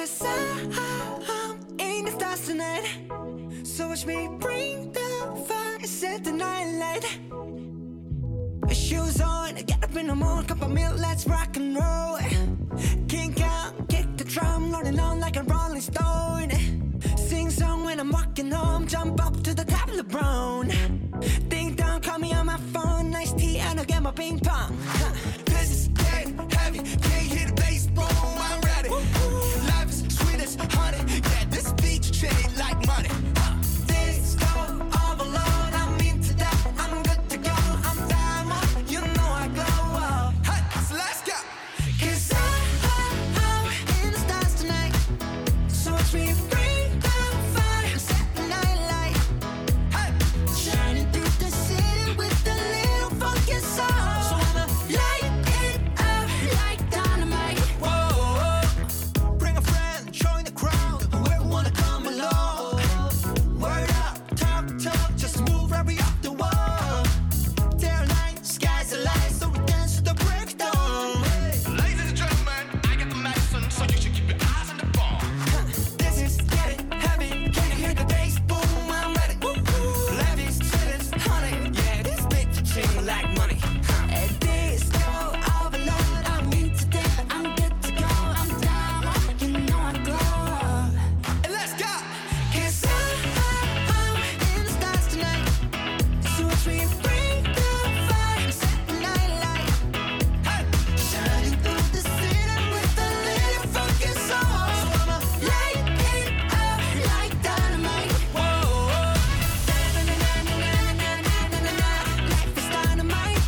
'Cause I'm in the stars tonight. So watch me bring the fire, set the night light. Shoes on, get up in the morning, cup of milk, let's rock and roll. Kink out, kick the drum, rolling on like a rolling stone. Sing song when I'm walking home, jump up to the top of the brown. Ding dong, call me on my phone, nice tea and I'll get my ping pong. This is getting heavy, can't hear the bass, boom, I'm ready. Life is sweet as honey, yeah, this beach shade like money. This go overload, I'm into that, I'm good to go, I'm diamond, you know I glow up. Hey, so let's go. 'Cause I'm in the stars tonight, so watch me bring the fire, set the night light. Hey, shining through the city with a little funky soul. So I'ma light it up like dynamite. Whoa, bring a friend, join the crowd, whoever wanna come along. Word up, talk, just move right up the wall. They're light, sky's the light, so we dance to the breakdown. Ladies and gentlemen, I got the medicine, so you should keep your eyes on the ball. This is getting heavy, can you hear the bass? Boom, I'm ready. Levi's, sweetest honey, yeah, this bitch ching like money. This go overload, I'm into that, I'm good to go, I'm down, you know I glow. And let's go, 'cause I'm in the stars tonight, so watch me bring the fire, set the night light. Hey, shining through the city with a little funky soul. So I'ma light it up like dynamite. Whoa, life is dynamite.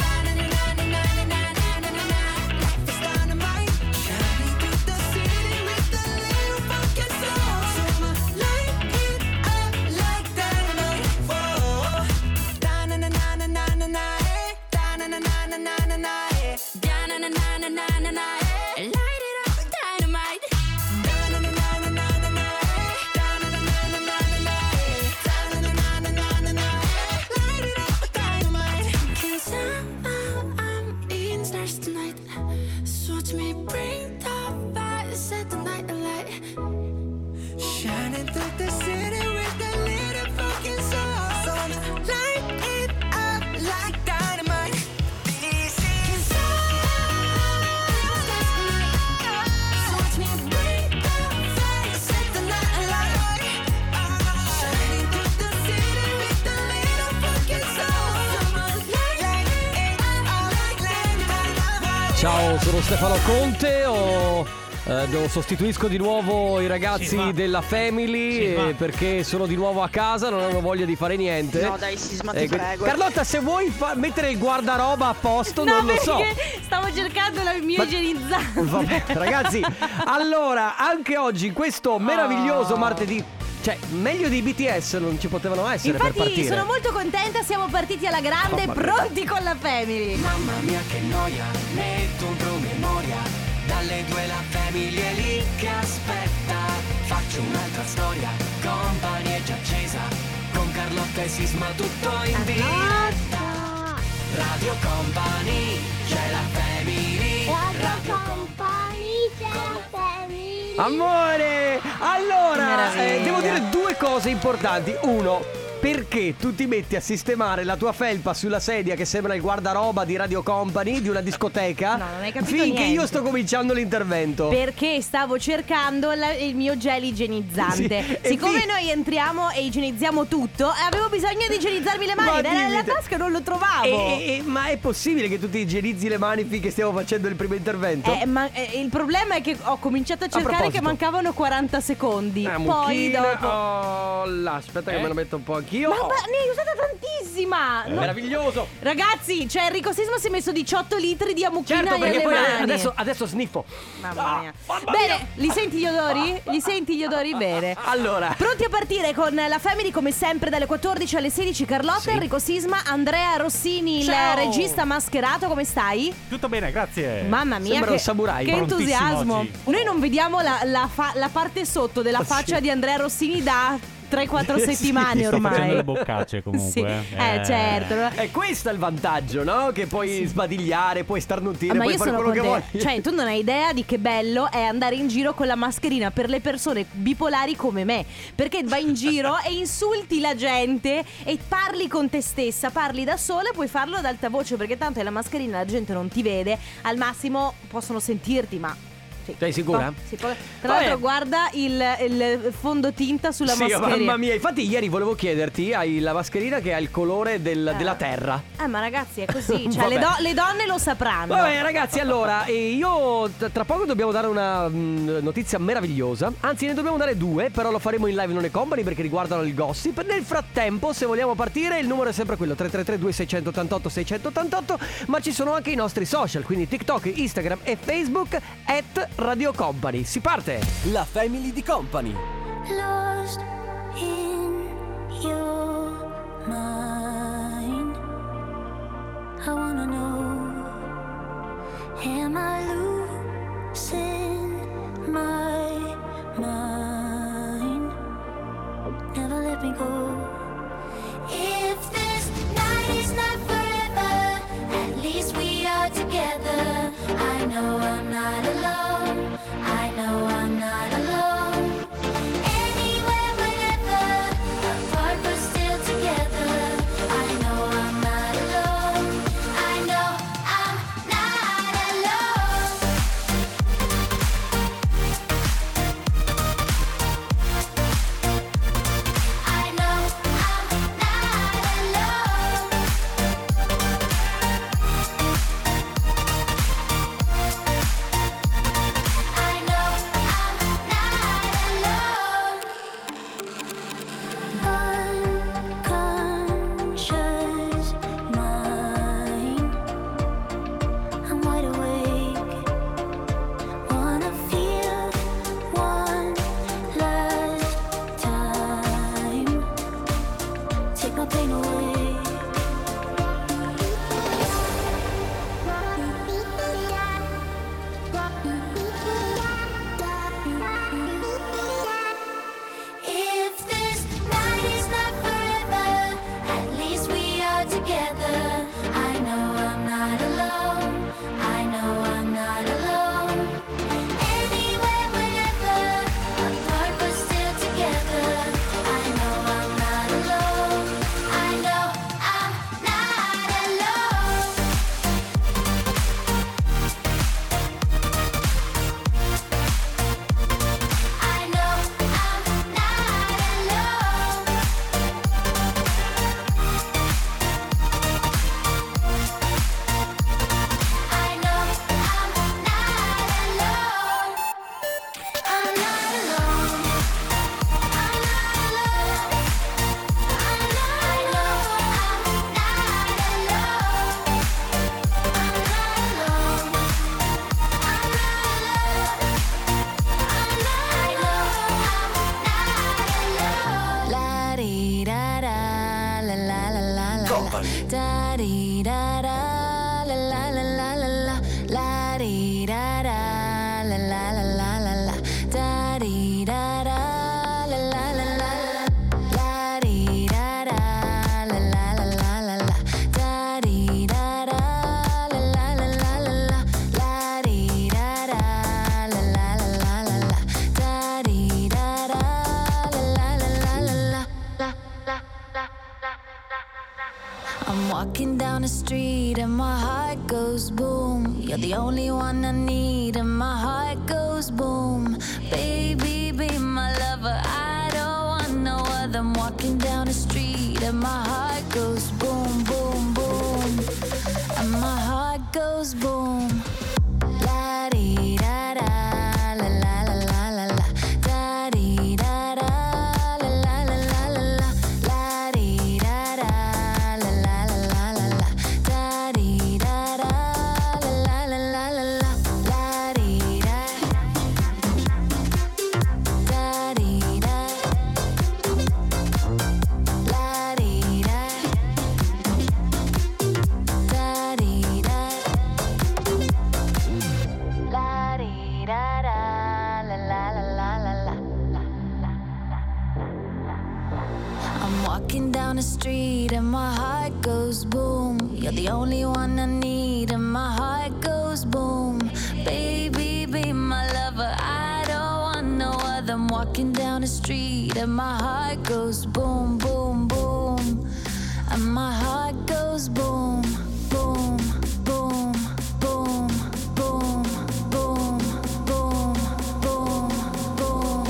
Life is dynamite. Shining through the city with a little funky soul. So I'ma light it up like dynamite. Whoa, da-na-na-na-na-na-na, da-na-na-na-na-na-na, da-na-na-na-na-na-na, light it up like dynamite. Da-na-na-na-na-na-na, da-na-na-na-na-na-na, da-na-na-na-na-na-na, light it up like dynamite. 'Cause I'm in the stars tonight, so watch me bring the fire, set the night alight. Shining through the city with a little fucking soul. So I'ma light it up like dynamite. This is so watch me bring the fire, set the night alight. Shining through the city with a little fucking soul. So I'ma light it up like dynamite. Ciao, sono Stefano Conte. Sostituisco di nuovo i ragazzi della Family perché sono di nuovo a casa, non hanno voglia di fare niente. No dai Sisma, ti prego. Carlotta, se vuoi mettere il guardaroba a posto, No, non lo so. perché stavo cercando la mia igienizzante. Vabbè, ragazzi, allora anche oggi in questo meraviglioso martedì, cioè meglio dei BTS non ci potevano essere per Infatti partire. sono molto contenta, siamo partiti alla grande, Mamma mia. pronti con la Family. Mamma mia che noia, metto un promemoria. Dalle 2 la Family è lì che aspetta. Faccio un'altra storia, Company è già accesa. Con Carlotta e Sisma tutto in diretta. Radio Company, c'è la Family. Radio Company, c'è la Family. Amore, allora Meraviglia. devo dire due cose importanti. Uno, perché tu ti metti a sistemare la tua felpa sulla sedia che sembra il guardaroba di Radio Company, di una discoteca, No, non hai capito finché niente. io sto cominciando l'intervento. Perché stavo cercando il mio gel igienizzante. Sì, e Siccome noi entriamo e igienizziamo tutto, avevo bisogno di igienizzarmi le mani. Ma Era nella dimmi- tasca e non lo trovavo. Ma è possibile che tu ti igienizzi le mani finché stiamo facendo il primo intervento? Il problema è che ho cominciato a cercare proposito. che mancavano 40 secondi. Poi mucchina. dopo. Oh, là, aspetta che me lo metto un po' anch'io. Ma ne hai usata tantissima. No. Meraviglioso. Ragazzi, cioè Enrico Sisma si è messo 18 litri di amucchina Certo, perché nelle poi mani. adesso sniffo. Mamma mia. mamma Bene, mia. li senti gli odori? Li senti gli odori? Bene. Allora, Pronti a partire con la Family come sempre dalle 14 alle 16. Carlotta, Enrico Sisma, Andrea Rossini, Ciao. il regista mascherato, come stai? Tutto bene, grazie. Mamma mia, Sembra che, un samurai. che Prontissimo entusiasmo. oggi. Noi non vediamo la parte sotto della faccia di Andrea Rossini da 3-4 settimane Sto ormai. facendo le boccacce comunque. Sì. Certo. E questo è il vantaggio, no? Che puoi sbadigliare, puoi starnutire, Ma puoi io fare sono quello che vuoi. contenta. Cioè, tu non hai idea di che bello è andare in giro con la mascherina per le persone bipolari come me. Perché vai in giro e insulti la gente e parli con te stessa, parli da sola e puoi farlo ad alta voce, perché tanto è la mascherina, la gente non ti vede, al massimo possono sentirti, ma sì. Sei sicura? No, sì, tra l'altro guarda il fondotinta sulla Sì, mascherina. mamma mia, infatti ieri volevo chiederti, hai la mascherina che ha il colore della terra. Ma ragazzi è così, cioè Vabbè. le donne lo sapranno. Vabbè ragazzi, allora io tra poco dobbiamo dare una notizia meravigliosa. Anzi, ne dobbiamo dare due, però lo faremo in live non è company perché riguardano il gossip. Nel frattempo, se vogliamo partire, il numero è sempre quello 333-2688-688. Ma ci sono anche i nostri social, quindi TikTok, Instagram e Facebook @Radio Company. Si parte! La family di Company. Lost in your mind. I wanna know, am I losing my mind? Never let me go. If this night is not forever, at least we are together. I know I'm not alone. I know I'm not alone. Anywhere, whenever, apart but still together. I know I'm not alone. I know I'm not alone. I know I'm not alone. I know I'm not alone. Unconscious mind, I'm wide awake. Wanna feel one last time. Take my pain away. If this night is not forever, at least we are together. I know I'm not alone. I know I'm not alone. Anywhere, whenever, apart but still together. I know I'm not alone. I know I'm not alone. I know I'm not alone. I know I'm not alone. I'm not alone. I'm not alone. I know I'm not alone. I'm not alone. I'm not alone. I know I'm not alone. La di da da, la la la la la. Da di da da, la la la la la la. La di da da, la la la la la la. Da di da da, la la la la la. La di da da, la la la la la la. Da di da da, la la la la la la. La di da da, la la la la la la. Da di da da, la la la la la la. I'm walking down the street and my heart goes boom. You're the only one I need and my heart goes boom. Baby, be my lover, I don't want no other. I'm walking down the street and my heart goes boom, boom, boom. And my heart goes boom. La di da da, la la la la la la. Da di da da, la la la la la la. La di da da, la la la la la la. Da di da da, la la la la la la. La di da, da di da, la di da, da di da. walking down the street and my heart goes boom. You're the only one I need and my heart goes boom. Baby, be my lover, I don't want no other. I'm walking down the street and my heart goes boom, boom, boom. And my heart goes boom, boom, boom, boom, boom, boom, boom, boom, boom,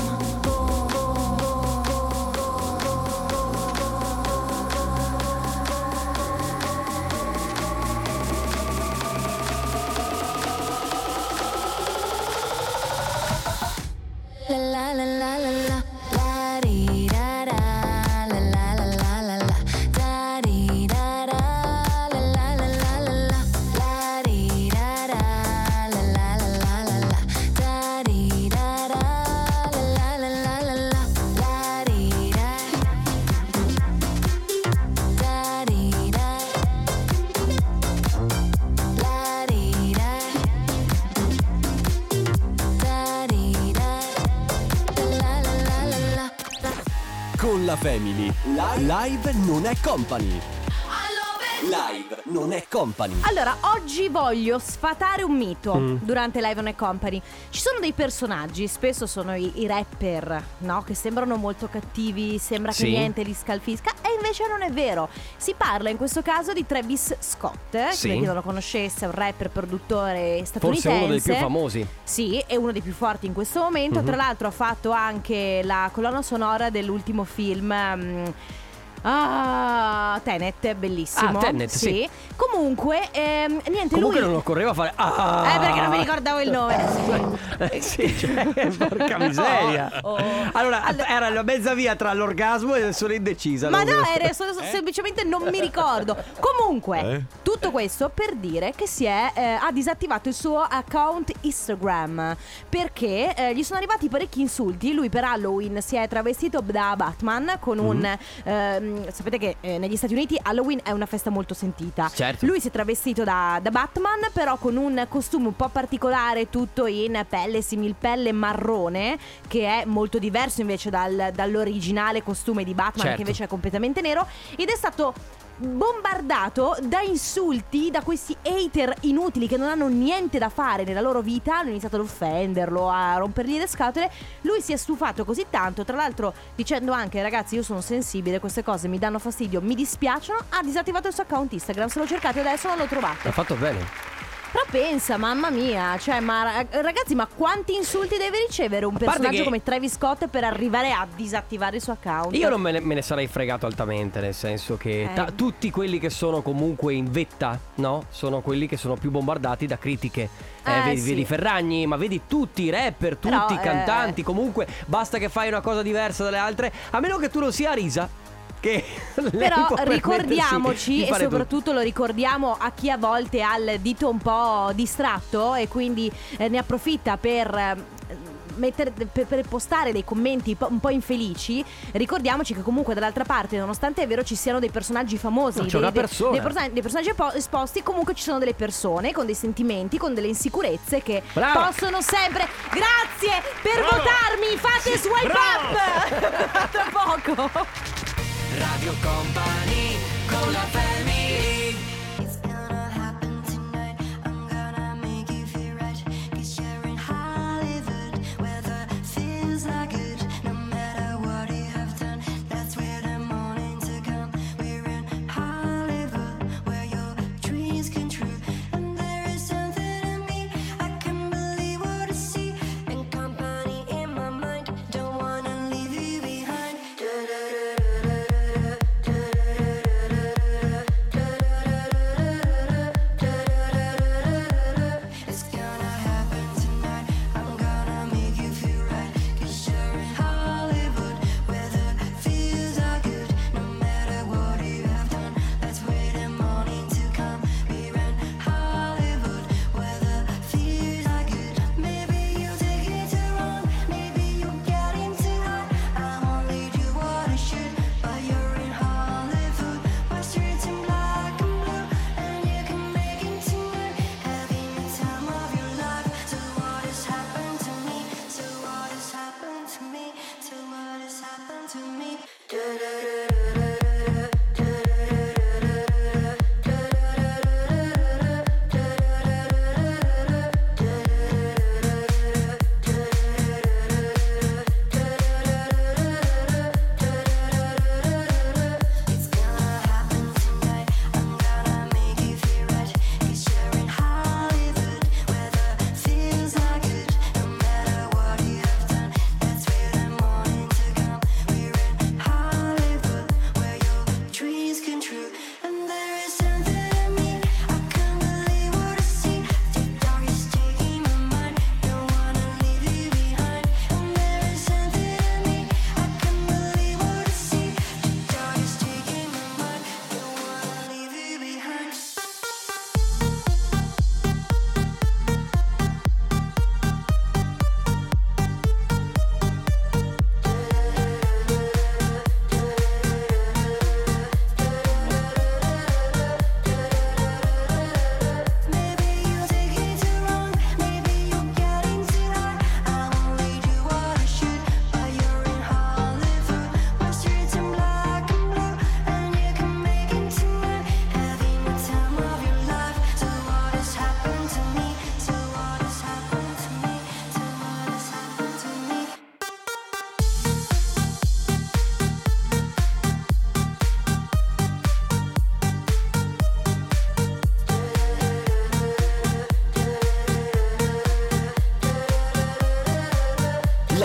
la la la la la la. La di da da, la la la la la la. Da di da da, la la la la la la. La di da da, la la la la la la. Da di da da, la la la la la la. La di da, da di da, la di da, da di da. Con la Family live non è company. Live non è company. Allora, oggi voglio sfatare un mito durante Live on a Company. Ci sono dei personaggi, spesso sono i rapper, no? Che sembrano molto cattivi, sembra che Sì. niente li scalfisca, e invece non è vero. Si parla in questo caso di Travis Scott, Sì. per chi non lo conoscesse, è un rapper, produttore statunitense. Forse uno dei più famosi. Sì, è uno dei più forti in questo momento. Tra l'altro ha fatto anche la colonna sonora dell'ultimo film Tenet, bellissimo. Ah, Tenet, sì. Comunque, niente, Comunque lui... non occorreva fare perché non mi ricordavo il nome. sì, cioè, porca miseria. Oh. Allora, era la mezza via tra l'orgasmo e sono indecisa. Ma non no, questo. semplicemente non mi ricordo. Comunque, tutto questo per dire che ha disattivato il suo account Instagram perché gli sono arrivati parecchi insulti. Lui per Halloween si è travestito da Batman con un... sapete che negli Stati Uniti Halloween è una festa molto sentita. Certo. Lui si è travestito da Batman, però con un costume un po' particolare, tutto in pelle, similpelle marrone, che è molto diverso invece dall'originale costume di Batman, Certo. che invece è completamente nero, ed è stato bombardato da insulti da questi hater inutili che non hanno niente da fare nella loro vita. Hanno iniziato ad offenderlo, a rompergli le scatole. Lui si è stufato così tanto, tra l'altro dicendo anche: ragazzi, io sono sensibile, queste cose mi danno fastidio, mi dispiacciono. Ha disattivato il suo account Instagram, se lo cercate adesso non lo trovate. Ha fatto bene. Però pensa, mamma mia, cioè, ma ragazzi, ma quanti insulti deve ricevere un parte personaggio che- come Travis Scott per arrivare a disattivare il suo account? Io non me ne sarei fregato altamente, nel senso che tutti quelli che sono comunque in vetta, no? Sono quelli che sono più bombardati da critiche. Vedi, sì. vedi Ferragni, ma vedi tutti i rapper, tutti Però, i cantanti. Comunque basta che fai una cosa diversa dalle altre, a meno che tu non sia Risa. Che lei Però può permettersi ricordiamoci, di e fare soprattutto lo ricordiamo a chi a volte ha il dito un po' distratto e quindi ne approfitta per per postare dei commenti un po' infelici. Ricordiamoci che comunque dall'altra parte, nonostante è vero ci siano dei personaggi famosi, No, c'è una persona. dei personaggi esposti, comunque ci sono delle persone con dei sentimenti, con delle insicurezze che Brava. possono sempre... Grazie per votarmi, fate swipe up. Tra poco. Radio Company con la family. It's gonna happen tonight. I'm gonna make you feel right. 'Cause you're in Hollywood, where the feels are good. No matter what you have done, that's where the morning to come. We're in Hollywood, where your dreams come true. And there is something in me, I can't believe what I see. And company in my mind, don't wanna leave you behind. Da, da, da, da, da, da, da, da, da, da, da.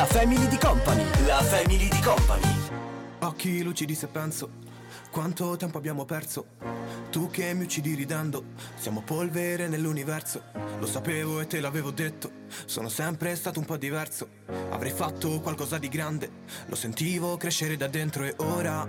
family di Company. La family di Company. Occhi lucidi se penso quanto tempo abbiamo perso. Tu che mi uccidi ridendo, siamo polvere nell'universo. Lo sapevo e te l'avevo detto, sono sempre stato un po' diverso. Avrei fatto qualcosa di grande, lo sentivo crescere da dentro. E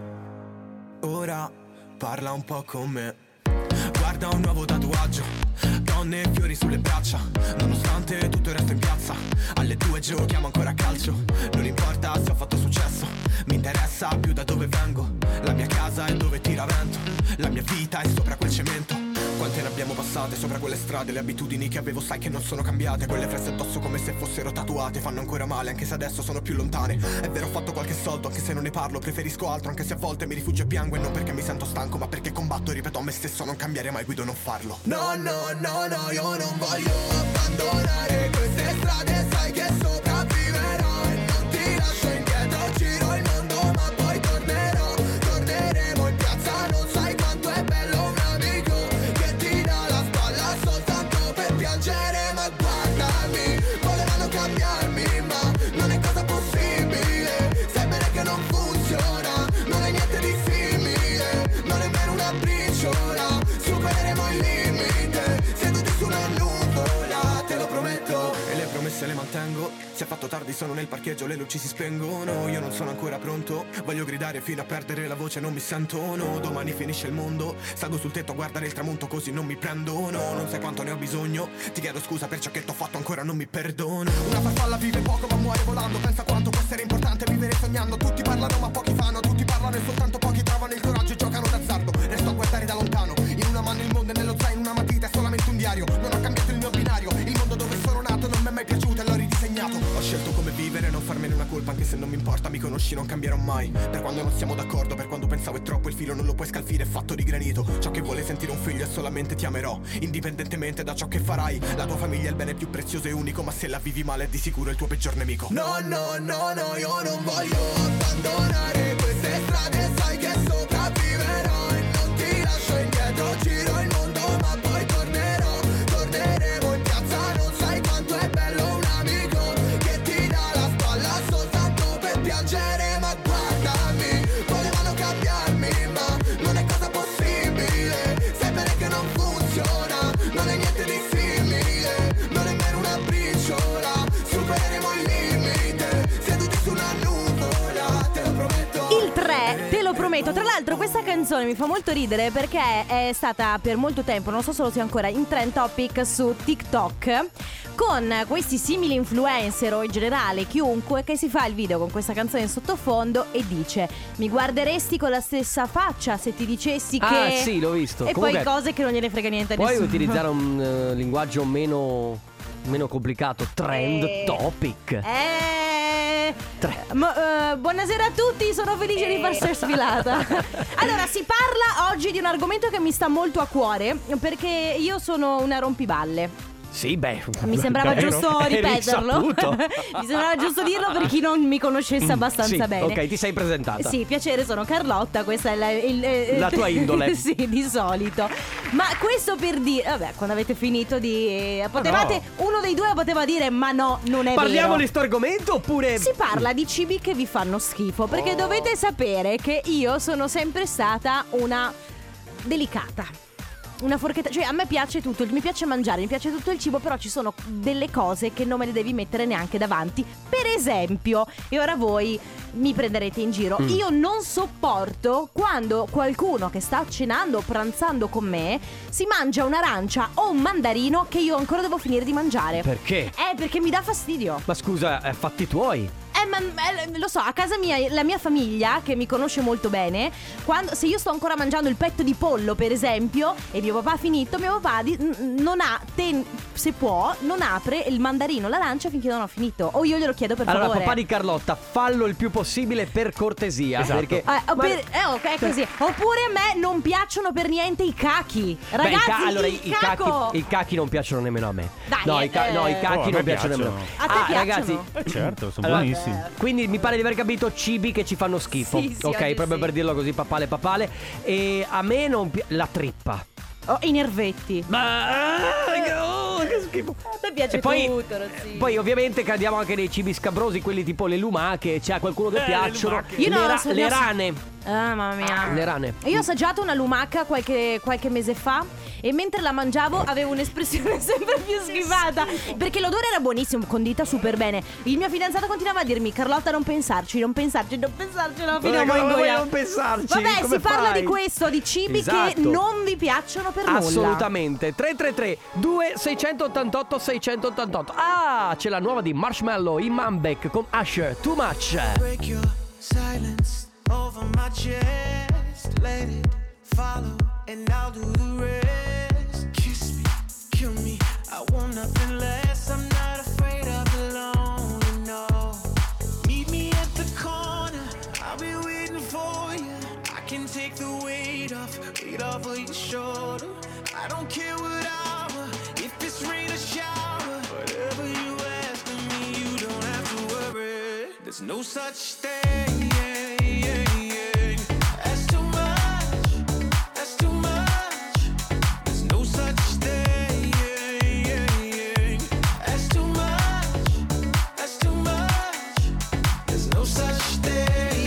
ora parla un po' con me. Guarda un nuovo tatuaggio, donne e fiori sulle braccia. Nonostante tutto il resto in piazza, alle 2 giochiamo ancora a calcio. Non importa se ho fatto successo, mi interessa più da dove vengo. La mia casa è dove tira vento, la mia vita è sopra quel cemento. Quante ne abbiamo passate sopra quelle strade, le abitudini che avevo sai che non sono cambiate. Quelle fresse addosso come se fossero tatuate, fanno ancora male anche se adesso sono più lontane. È vero, ho fatto qualche soldo anche se non ne parlo, preferisco altro anche se a volte mi rifugio e piango. E non perché mi sento stanco ma perché combatto, ripeto a me stesso non cambiare mai, guido non farlo. No, io non voglio abbandonare queste strade, sai che sopravviverò e non ti lascio indietro. Giro il mondo ma poi torneremo in piazza. Non sai quanto è bello un amico che ti dà la spalla soltanto per piangere. Ma guardami, volevano cambiarmi ma non è cosa possibile. Sai bene che non funziona, non è niente di simile, non è nemmeno una briciola. Supereremo il limite, seduti su una nuvola, te lo prometto. E le promesse le mantengo. Si è fatto tardi, sono nel parcheggio, le luci si spengono. Io non sono ancora pronto, voglio gridare fino a perdere la voce, non mi sentono. Domani finisce il mondo, salgo sul tetto a guardare il tramonto così non mi prendono. Non sai quanto ne ho bisogno, ti chiedo scusa per ciò che t'ho fatto, ancora non mi perdono. Una farfalla vive poco ma muore volando, pensa quanto può essere importante vivere sognando. Tutti parlano ma pochi fanno, tutti parlano e soltanto pochi trovano il coraggio e giocano d'azzardo. Resto a guardare da lontano, in una mano il mondo e nello zaino una matita è solamente un diario. Non ho cambiato il mio binario, il mondo dove sono nato non mi è mai piaciuto e l'ho ridisegnato. Ho scelto come vivere, non farmene una colpa anche se non mi importa, mi conosci, non cambierò mai. Per quando non siamo d'accordo, per quando pensavo è troppo, il filo non lo puoi scalfire, è fatto di granito. Ciò che vuole sentire un figlio è solamente ti amerò, indipendentemente da ciò che farai. La tua famiglia è il bene più prezioso e unico, ma se la vivi male è di sicuro il tuo peggior nemico. No, io non voglio abbandonare queste strade, sai che sopravviverò e non ti lascio indietro. Giro il mondo ma poi torneremo in piazza. Non sai quanto è bello un amico che ti dà la spalla soltanto per piangere. Ma guardami, volevano cambiarmi ma non è cosa possibile. Sai bene che non funziona, non è niente di simile, non è nemmeno una briciola. Supereremo il limite, seduti su una nuvola, te lo prometto. Il 3, te lo prometto. Tra l'altro questa canzone mi fa molto ridere perché è stata per molto tempo, non so se lo sia ancora, in trend topic su TikTok, con questi simili influencer o in generale chiunque che si fa il video con questa canzone in sottofondo e dice: mi guarderesti con la stessa faccia se ti dicessi che... Ah sì, l'ho visto. E Comunque, poi cose che non gliene frega niente a puoi nessuno. utilizzare un linguaggio meno complicato. Trend topic. Buonasera a tutti, sono felice di essere sfilata. Allora, si parla oggi di un argomento che mi sta molto a cuore, perché io sono una rompiballe. Sì, beh, Mi sembrava giusto è ripeterlo. risaputo. Mi sembrava giusto dirlo per chi non mi conoscesse abbastanza Sì, bene. ok, ti sei presentata. Sì, piacere, sono Carlotta, questa è La tua indole. Sì, di solito. Ma questo per dire, vabbè, quando avete finito di potevate, uno dei due poteva dire ma no, non è Parliamo vero. di sto argomento oppure... Si parla di cibi che vi fanno schifo, perché dovete sapere che io sono sempre stata una delicata. Una forchetta, cioè a me piace tutto, mi piace mangiare, mi piace tutto il cibo, però ci sono delle cose che non me le devi mettere neanche davanti. Per esempio, e ora voi mi prenderete in giro, io non sopporto quando qualcuno che sta cenando o pranzando con me si mangia un'arancia o un mandarino che io ancora devo finire di mangiare. Perché? Perché mi dà fastidio. Ma scusa, fatti tuoi. Lo so, a casa mia, la mia famiglia, che mi conosce molto bene, se io sto ancora mangiando il petto di pollo, per esempio, e mio papà ha finito, mio papà se può, non apre il mandarino, l'arancia finché non ho finito. O io glielo chiedo per Allora, favore. papà di Carlotta, fallo il più possibile per cortesia. Esatto. Perché Ok, è così. Oppure a me non piacciono per niente i cachi. Ragazzi, allora, il caco. i cachi non piacciono nemmeno a me. Dai, no, i cachi a me non piacciono nemmeno A te piacciono? ragazzi, Certo, sono allora, buonissimi. quindi mi pare di aver capito cibi che ci fanno schifo. Sì, ok, oggi proprio sì. per dirlo così, papale. E a me non la trippa. I nervetti. Ma che schifo. A te piace E poi, tutto, Rossini. poi ovviamente cadiamo anche nei cibi scabrosi, quelli tipo le lumache. C'è qualcuno che piacciono. lumache. Io no, Le rane. Ah, mamma mia. Le rane. Io ho assaggiato una lumaca qualche mese fa e mentre la mangiavo avevo un'espressione sempre più schifata perché l'odore era buonissimo, condita super bene. Il mio fidanzato continuava a dirmi: Carlotta, non pensarci, alla fine Come vuoi non pensarci? Vabbè, Come si parla fai? di questo, di cibi che Esatto. non vi piacciono per nulla. Assolutamente. 333 2688 688. Ah, c'è la nuova di Marshmallow, Imam Beck con Usher, Too Much. Break your silence over my chest. Let it follow and I'll do the rest. Kiss me, kill me, I want nothing less. I'm not afraid of the lonely, no. Meet me at the corner, I'll be waiting for you. I can take the weight off of your shoulder. I don't care what hour, if it's rain or shower. Whatever you ask of me, you don't have to worry. There's no such thing as too much. That's too much. There's no such thing as too much. That's too much. There's no such thing.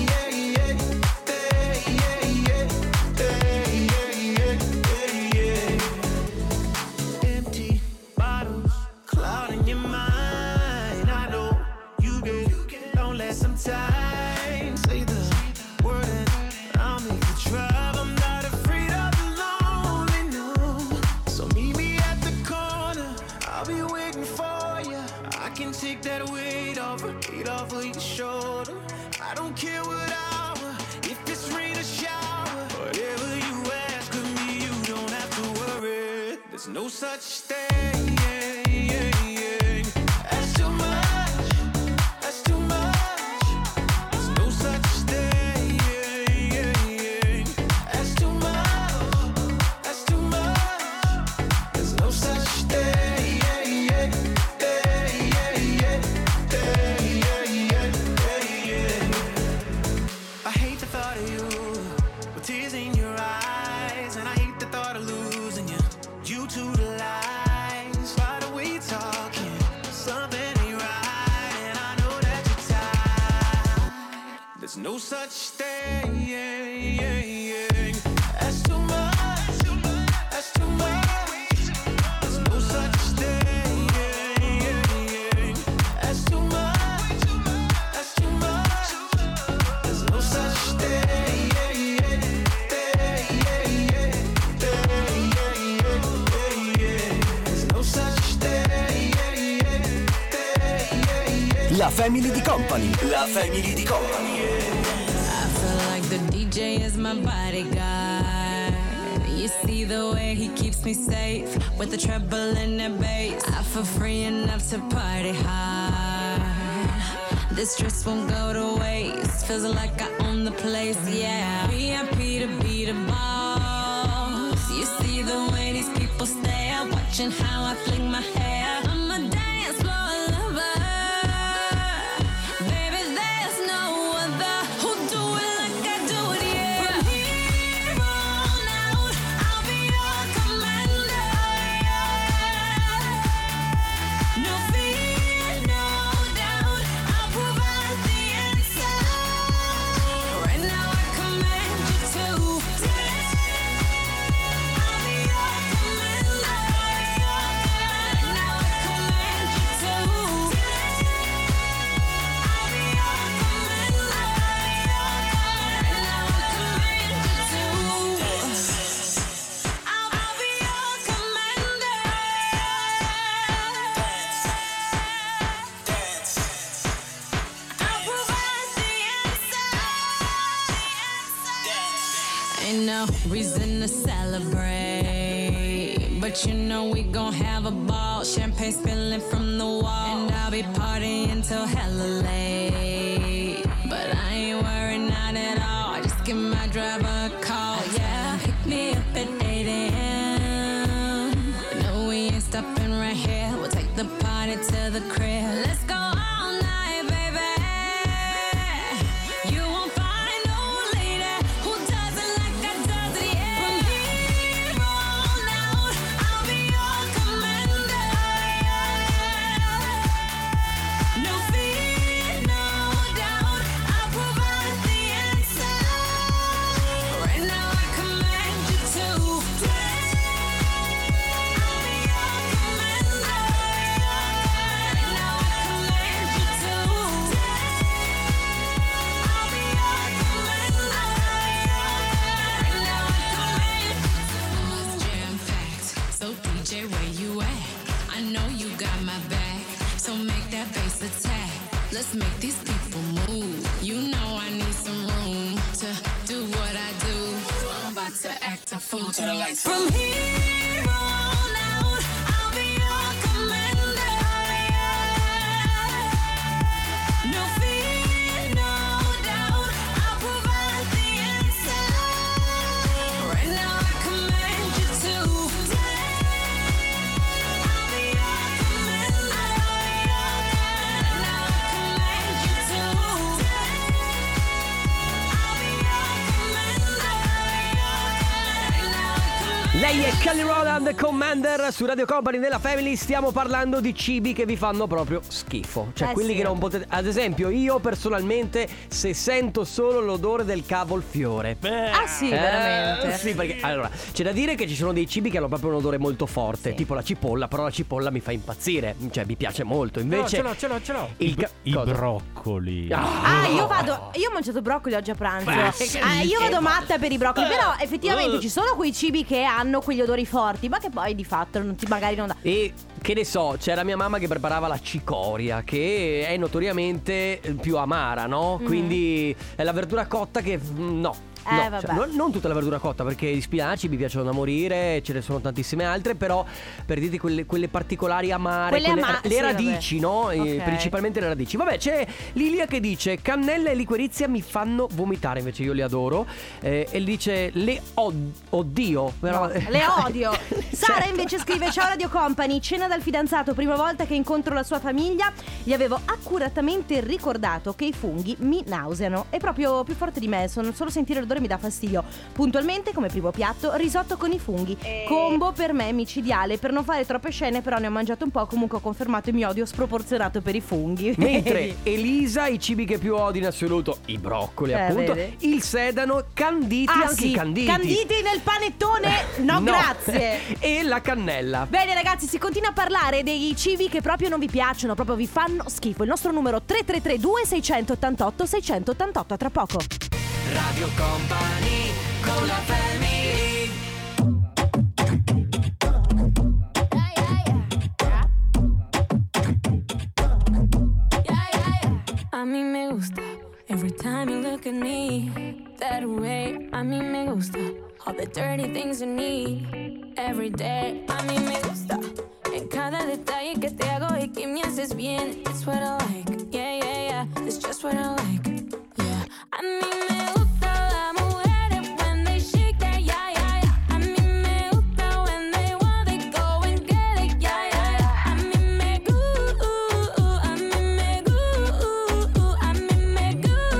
Empty bottles clouding your mind. I know you get lonely sometimes. Say the word and I'll make you drive. I'm not afraid of the lonely, no. So meet me at the corner, I'll be waiting for you. I can take that weight off of your shoulder. I don't care what hour, if it's rain or shower. Whatever you ask of me, you don't have to worry. There's no such thing as too much. That's too much. There's no such thing as too much. That's too much. There's no such thing. I hate the thought of you with tears in your eyes, and I hate the thought of losing you. You to the lies, by the way you're talking, something ain't right, and I know that you're tired. There's no such thing as too much. That's too much. There's no such thing as too much. That's too much. There's no such thing. There's no such thing. La Family di Company. La Family di Company. I feel like the DJ is my bodyguard. You see the way he keeps me safe with the treble and the bass. I feel free enough to party hard. This dress won't go to waste. Feels like I own the place, yeah. VIP to be the boss. You see the way these people stare, watching how I fling my hair. I'm a dance floor lover. Baby, there's no other who do it like I do it, yeah. From here on out, I'll be your commander. No fear, no doubt, I'll provide the answer. Right now I command you to. I'll be your commander. Right now I command you to. I'll be your commander. Right now I command you to. I'll be your commander. I'll provide the answer. Ain't no reason to celebrate, but you know we gon' have a ball. Champagne spilling from the wall, and I'll be partying till hella late. But I ain't worried, not at all. Just give my driver a call, yeah. Pick me up at 8 a.m. No, we ain't stopping right here. We'll take the party to the crib. Let's go all night, baby. You won't find no lady who does it like I does it, yeah. From here on out, I'll be your commander. From here on out, I'll be your commander. No fear, no doubt, I'll provide the answer. Right now I command you to dance. I'll be your commander. Right now I command you to dance. I'll be your commander. Right now I command. Lei è Kelly Rowland, The Commander, su Radio Company della Family. Stiamo parlando di cibi che vi fanno proprio schifo. Cioè quelli sì. che non potete. Ad esempio, io personalmente, se sento solo l'odore del cavolfiore. Ah sì, veramente. Sì, perché allora c'è da dire che ci sono dei cibi che hanno proprio un odore molto forte, Sì. tipo la cipolla, però la cipolla mi fa impazzire. Cioè mi piace molto. Invece ce l'ho. I cosa? broccoli. Ah, io ho mangiato broccoli oggi a pranzo. Io vado matta per i broccoli. Però effettivamente ci sono quei cibi che hanno quegli odori forti, ma che poi di fatto magari non dà. E che ne so, c'era mia mamma che preparava la cicoria, che è notoriamente più amara, no? Quindi è la verdura cotta che no. No, vabbè. cioè, non tutta la verdura cotta, perché gli spinaci mi piacciono da morire, ce ne sono tantissime altre, però per dirti quelle particolari amare, le sì, radici, no? Ok. Principalmente le radici. Vabbè, c'è Lilia che dice cannella e liquirizia mi fanno vomitare, invece io li adoro. E dice oddio. No, le odio. Sara invece scrive: ciao Radio Company, cena dal fidanzato, prima volta che incontro la sua famiglia. Gli avevo accuratamente ricordato che i funghi mi nauseano. È proprio più forte di me, solo sentire l'odore mi dà fastidio. Puntualmente come primo piatto risotto con i funghi, combo per me micidiale. Per non fare troppe scene però ne ho mangiato un po'. Comunque ho confermato il mio odio sproporzionato per i funghi. Mentre Elisa i cibi che più odia in assoluto, i broccoli appunto, vedi? il sedano, canditi, anche sì, i canditi nel panettone. No, grazie. E la cannella. Bene ragazzi, si continua a parlare dei cibi che proprio non vi piacciono, proprio vi fanno schifo. Il nostro numero 3332 688 688, tra poco. Radio Company con la Family. A mí me gusta every time you look at me that way. A mí me gusta all the dirty things you need every day. A mí me gusta en cada detalle que te hago y que me haces bien. It's what I like, yeah, yeah, yeah. It's just what I like, yeah. A mí me gusta las mujeres when they shake that, yeah, yeah, yeah. A mí me gusta when they want they go and get it, yeah, yeah, yeah. A mí me gusta, a mí me gusta, a mí me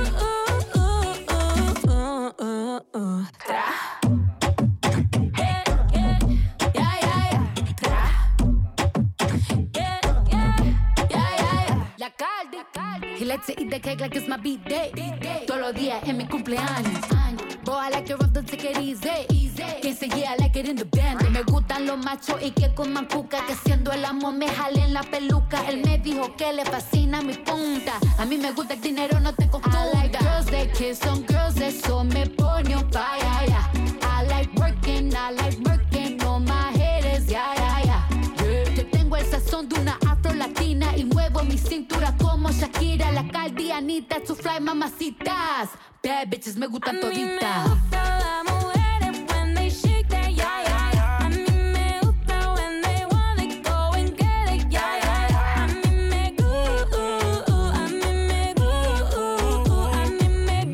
gusta. Tra. Yeah, yeah, yeah, yeah, yeah. Tra. Yeah, yeah, yeah, yeah, yeah. La Caldi. He likes to eat the cake like it's my B-day. Todos los días es mi cumpleaños. Boy, I like it rough, don't take it easy. Quien se I like it in the band. Me gustan los machos y que coman cuca. Que siendo el amo me jalen la peluca. Él me dijo que le fascina mi punta. A mí me gusta el dinero, no te confunda. I like girls that kiss on girls, eso me pone on fire, yeah. I like working on my haters, yeah, yeah, yeah. Yo tengo el sazón de una afro-latina y muevo mi cintura como Shakira. La Caldi, Anita, su fly, mamacitas. Bad bitches me gustan toditas. A mí me gusta las mujeres when they shake that, yeah, yeah, yeah. A mí me gusta when they want they go and get it, yeah, yeah, yeah. A mí me gusta, a mí me gusta, a mí me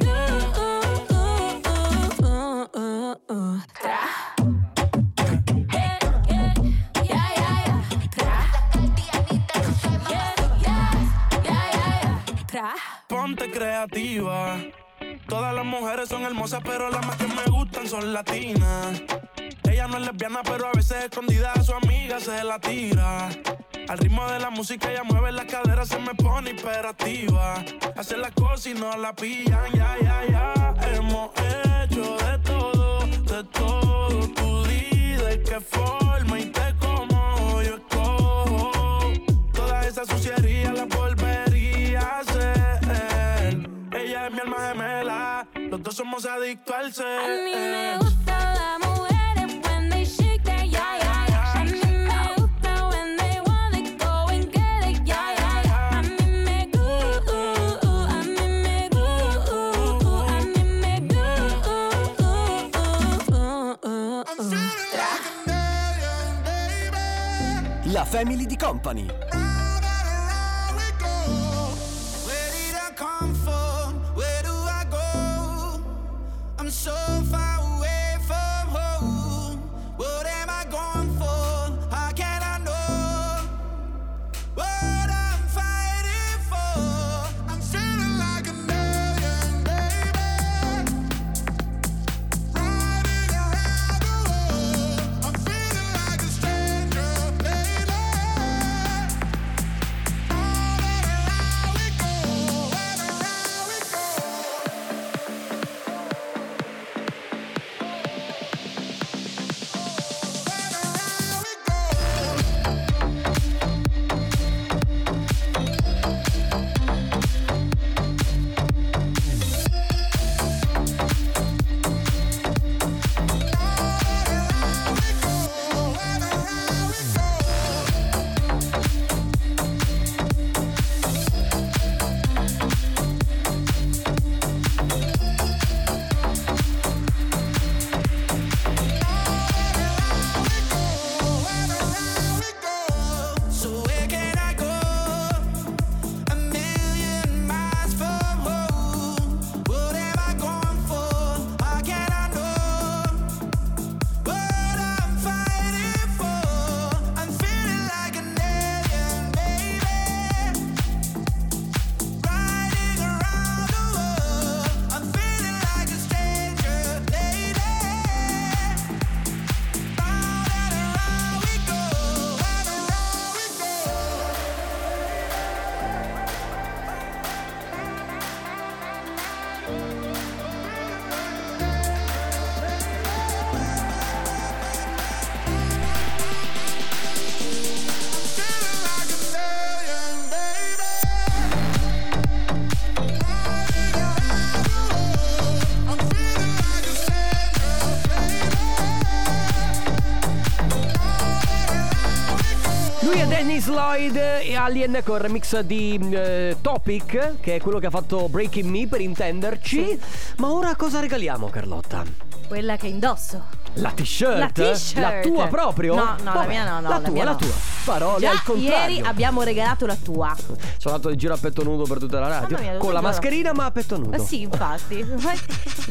gusta. Tra. Yeah, yeah, yeah, yeah, yeah. Tra. Yeah, yeah, yeah, yeah. Tra. Ponte creativa. Todas las mujeres son hermosas, pero las más que me gustan son latinas. Ella no es lesbiana, pero a veces escondida a su amiga se la tira. Al ritmo de la música ella mueve las caderas, se me pone hiperactiva. Hace las cosas y no la pillan, ya, ya, ya. Hemos hecho de todo, tú di de qué forma y te como yo escojo. Todas esas sucierías las volvería a hacer. Ella es mi alma gemela, los dos somos adictos al ser. A mí me gusta las mujeres when they shake that, yeah, yeah, yeah. A mí me gusta when they want they go and get it, yeah, yeah, yeah. A mí me gusta, a mí me gusta, a mí me gusta. Family di Company. Where did I come from? Where do I go? I'm so far away from home. What am I going for? How can I know what I'm fighting for? I'm feeling like an alien, baby. Riding around the world. I'm feeling like a stranger, baby. Dennis Lloyd e Alien con il remix di Topic, che è quello che ha fatto Breaking Me, per intenderci. Sì. Ma ora cosa regaliamo, Carlotta? Quella che indosso. La t-shirt? La t-shirt. La tua proprio? No, Vabbè, la mia no, la tua, la tua. Parole Già al contrario. ieri abbiamo regalato la tua. Sono andato in giro a petto nudo per tutta la radio. Mamma mia, con la giuro. mascherina ma a petto nudo. Sì, infatti. La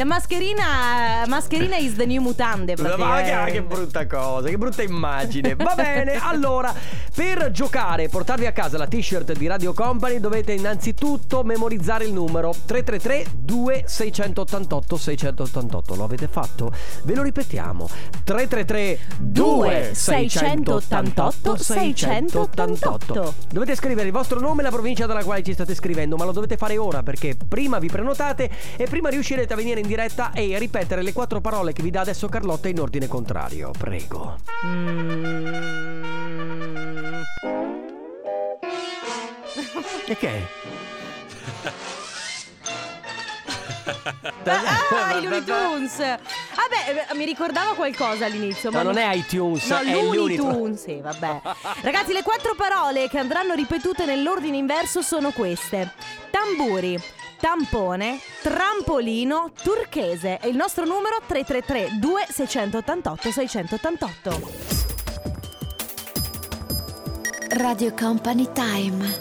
mascherina is the new mutande, Ma praticamente. che brutta cosa, che brutta immagine. Va bene, allora, per giocare e portarvi a casa la t-shirt di Radio Company dovete innanzitutto memorizzare il numero 333 2688 688. Lo avete fatto? Ve lo ripetiamo: 333 2688 688. Dovete scrivere il vostro nome e la provincia dalla quale ci state scrivendo, ma lo dovete fare ora, perché prima vi prenotate e prima riuscirete a venire in diretta e ripetere le 4 parole che vi dà adesso Carlotta in ordine contrario. Prego. E che è? I Looney Tunes. Vabbè, mi ricordava qualcosa all'inizio. Ma non è iTunes, no, è Looney Looney Tunes. Tunes. Sì, vabbè. Ragazzi, le 4 parole che andranno ripetute nell'ordine inverso sono queste: tamburi, tampone, trampolino, turchese. E il nostro numero 333 2688 688. Radio Company Time.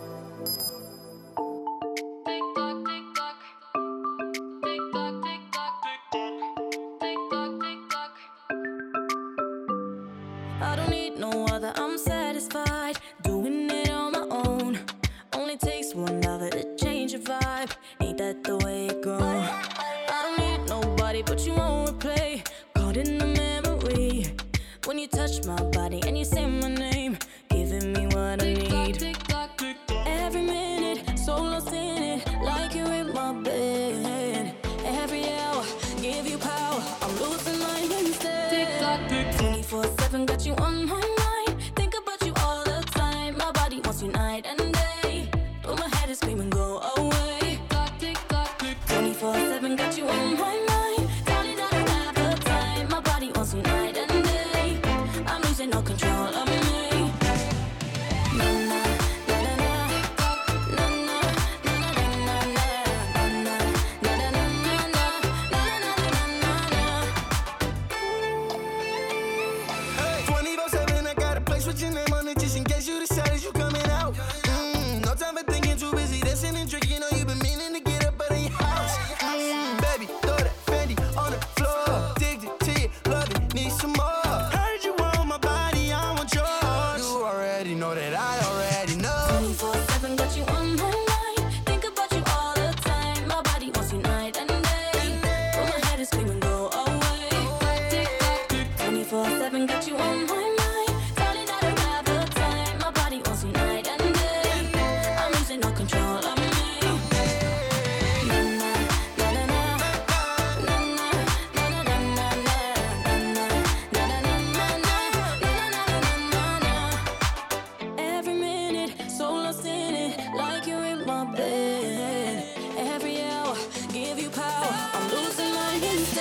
I don't need no other, I'm satisfied doing it on my own. Only takes one other to change your vibe. Ain't that the way it goes? I don't need nobody but you won't replay. Caught in the memory when you touch my body and you say my name, giving me what I need. Every minute, so lost in it, like you're in my bed. Every hour, give you power, I'm losing my instead. 24/7, got you on my mind. Think about you all the time. My body wants you night and day, but my head is screaming, go away. 24/7, got you on my mind. Darling, I don't have the time. My body wants you night and day. I'm losing all control of me. Na na na na na na na na na na na na na na. 24/7 give you power. I'm losing mine instead.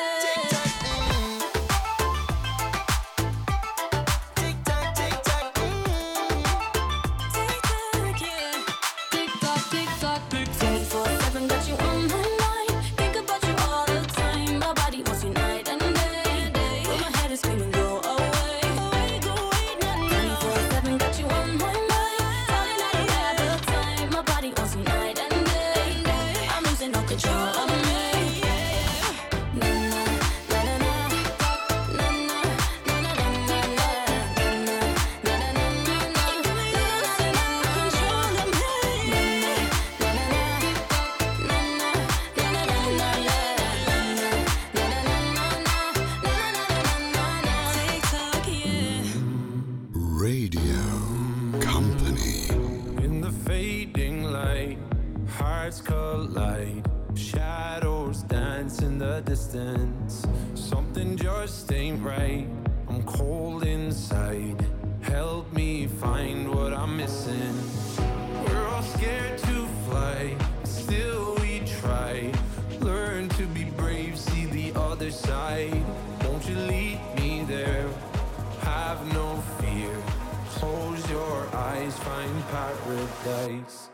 Radio Company. In the fading light, hearts collide. Shadows dance in the distance. Something just ain't right. I'm cold inside. Help me find what I'm missing. We're all scared to fly, still we try. Learn to be brave, see the other side. Won't you lead me there? Have no fear. Close your eyes, find paradise.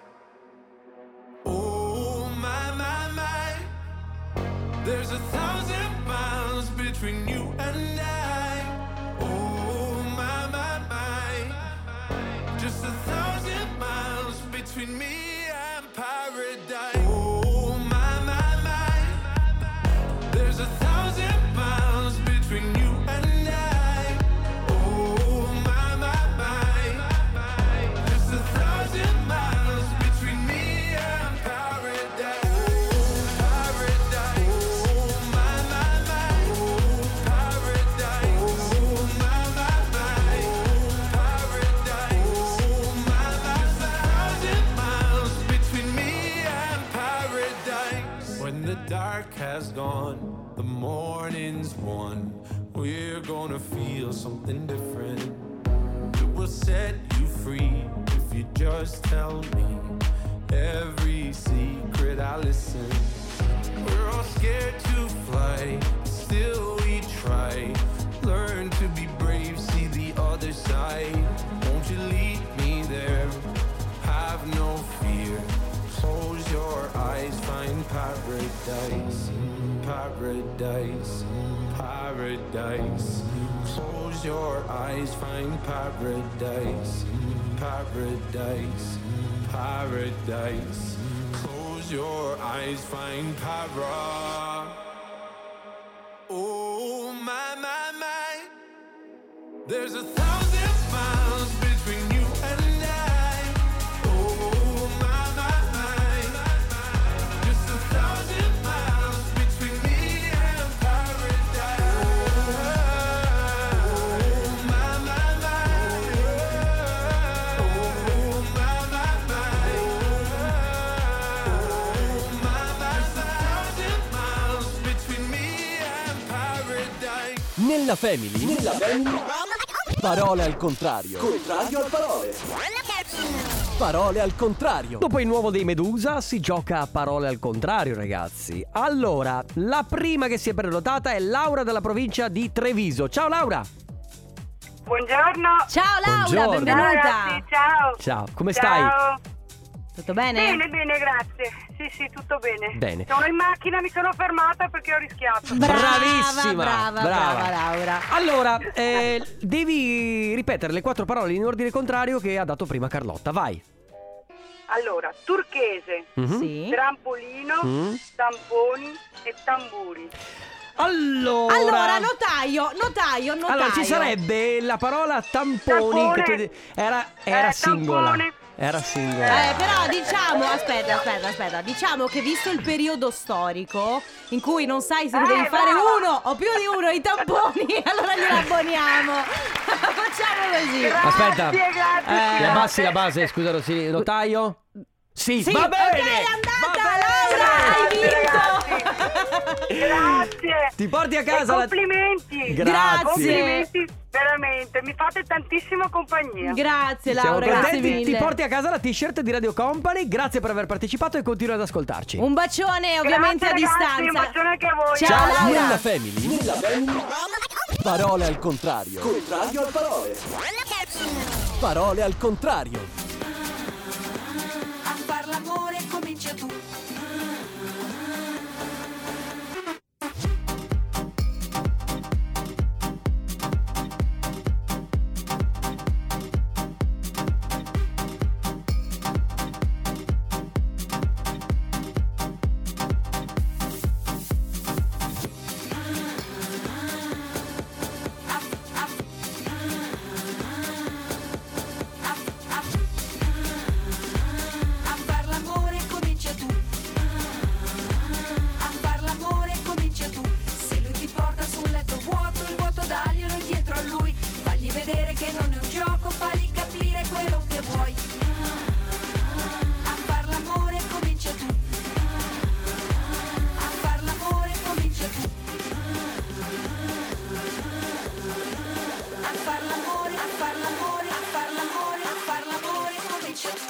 Oh my, my, my. There's 1,000 miles between you and I. Oh my, my, my. Just 1,000 miles between me and paradise. Oh my, my, my. There's 1,000 miles between you and I. Oh my, my, my. Just 1,000 miles between me and paradise. Paradise. Oh my, my, my. Paradise. Oh my, my, my. Paradise. Oh my, my, my. 1,000 miles between me and paradise. When the dark has gone, the morning's won. We're gonna feel something different. It will set you free if you just tell me every secret. I listen. We're all scared to fly, still we try. Learn to be brave, see the other side. Won't you lead me there? Have no fear. Close your eyes, find paradise. Paradise, paradise. Close your eyes, find paradise. Paradise, paradise. Close your eyes, find para. Oh my, my, my. There's 1,000 miles between you and I. Oh my, my, my. Just 1,000 miles between me and paradise. Oh my, my, my. Oh my, my, my. Oh my, my, 1,000 miles between me and paradise. Nella Family. Parole al contrario. Contrario al parole. Parole al contrario. Dopo il nuovo dei Medusa si gioca a parole al contrario, ragazzi. Allora, la prima che si è prenotata è Laura dalla provincia di Treviso. Ciao Laura. Buongiorno. Ciao Laura, Buongiorno. benvenuta. Ragazzi, ciao. Ciao, come Ciao. Tutto bene? Bene, grazie. Sì, tutto bene. Bene. Sono in macchina, mi sono fermata perché ho rischiato. Bravissima. Brava Laura. Allora, devi ripetere le 4 parole in ordine contrario che ha dato prima Carlotta. Vai. Allora, turchese, Sì. trampolino, tamponi e tamburi. Allora, notaio. Allora, ci sarebbe la parola tamponi. Tampone. Che era singola. tampone. Era singola. Però diciamo, aspetta, diciamo che visto il periodo storico in cui non sai se ne devi fare brava. uno o più di uno i tamponi, allora glielo abboniamo. Facciamo così. Aspetta. Grazie. Abbassi la base, scusa Rossini. Notaio? Sì, Sì, va bene. ok, è andata, Va bene. Laura, hai vinto. Grazie. Grazie. Ti porti a casa E la... complimenti. Grazie. Complimenti, veramente. Mi fate tantissima compagnia. Grazie Siamo Laura, grazie contenti. Ti mille. porti a casa la t-shirt di Radio Company. Grazie per aver partecipato e continua ad ascoltarci. Un bacione ovviamente Grazie, a ragazzi, distanza. un bacione anche a voi. Ciao Laura. Nella Family. Parole al contrario. Contrario al parole. Parole al contrario. A far l'amore comincia tu. A far l'amore comincia tu. A far l'amore comincia tu. Se lui ti porta sul letto vuoto, il vuoto daglielo dietro a lui. Fagli vedere che non è un gioco, fagli capire quello che vuoi. A far l'amore comincia tu. A far l'amore comincia tu. A far l'amore, a far l'amore, a far l'amore, a far l'amore comincia tu.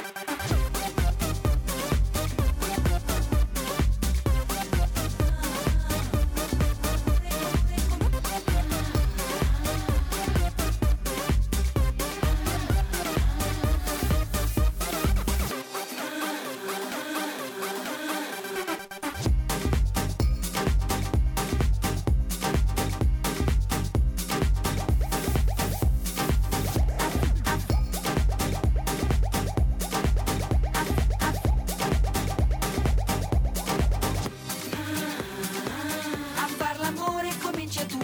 A far l'amore comincia tu.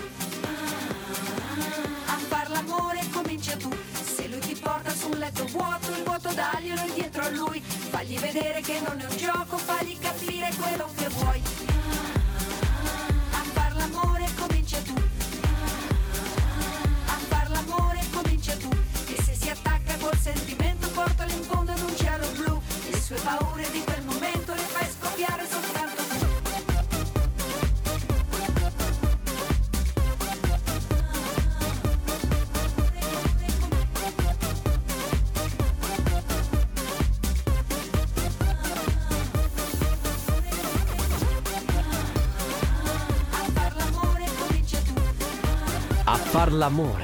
A far l'amore comincia tu. Se lui ti porta su un letto vuoto, il vuoto daglielo dietro a lui. Fagli vedere che non è un gioco, fagli capire quello che vuoi. A far l'amore comincia tu. A far l'amore comincia tu. E se si attacca col sentimento, portalo in fondo ad un cielo blu. Le sue paure di quel momento le fai scoppiare soltanto tu. A far l'amore comincia tu. A far l'amore.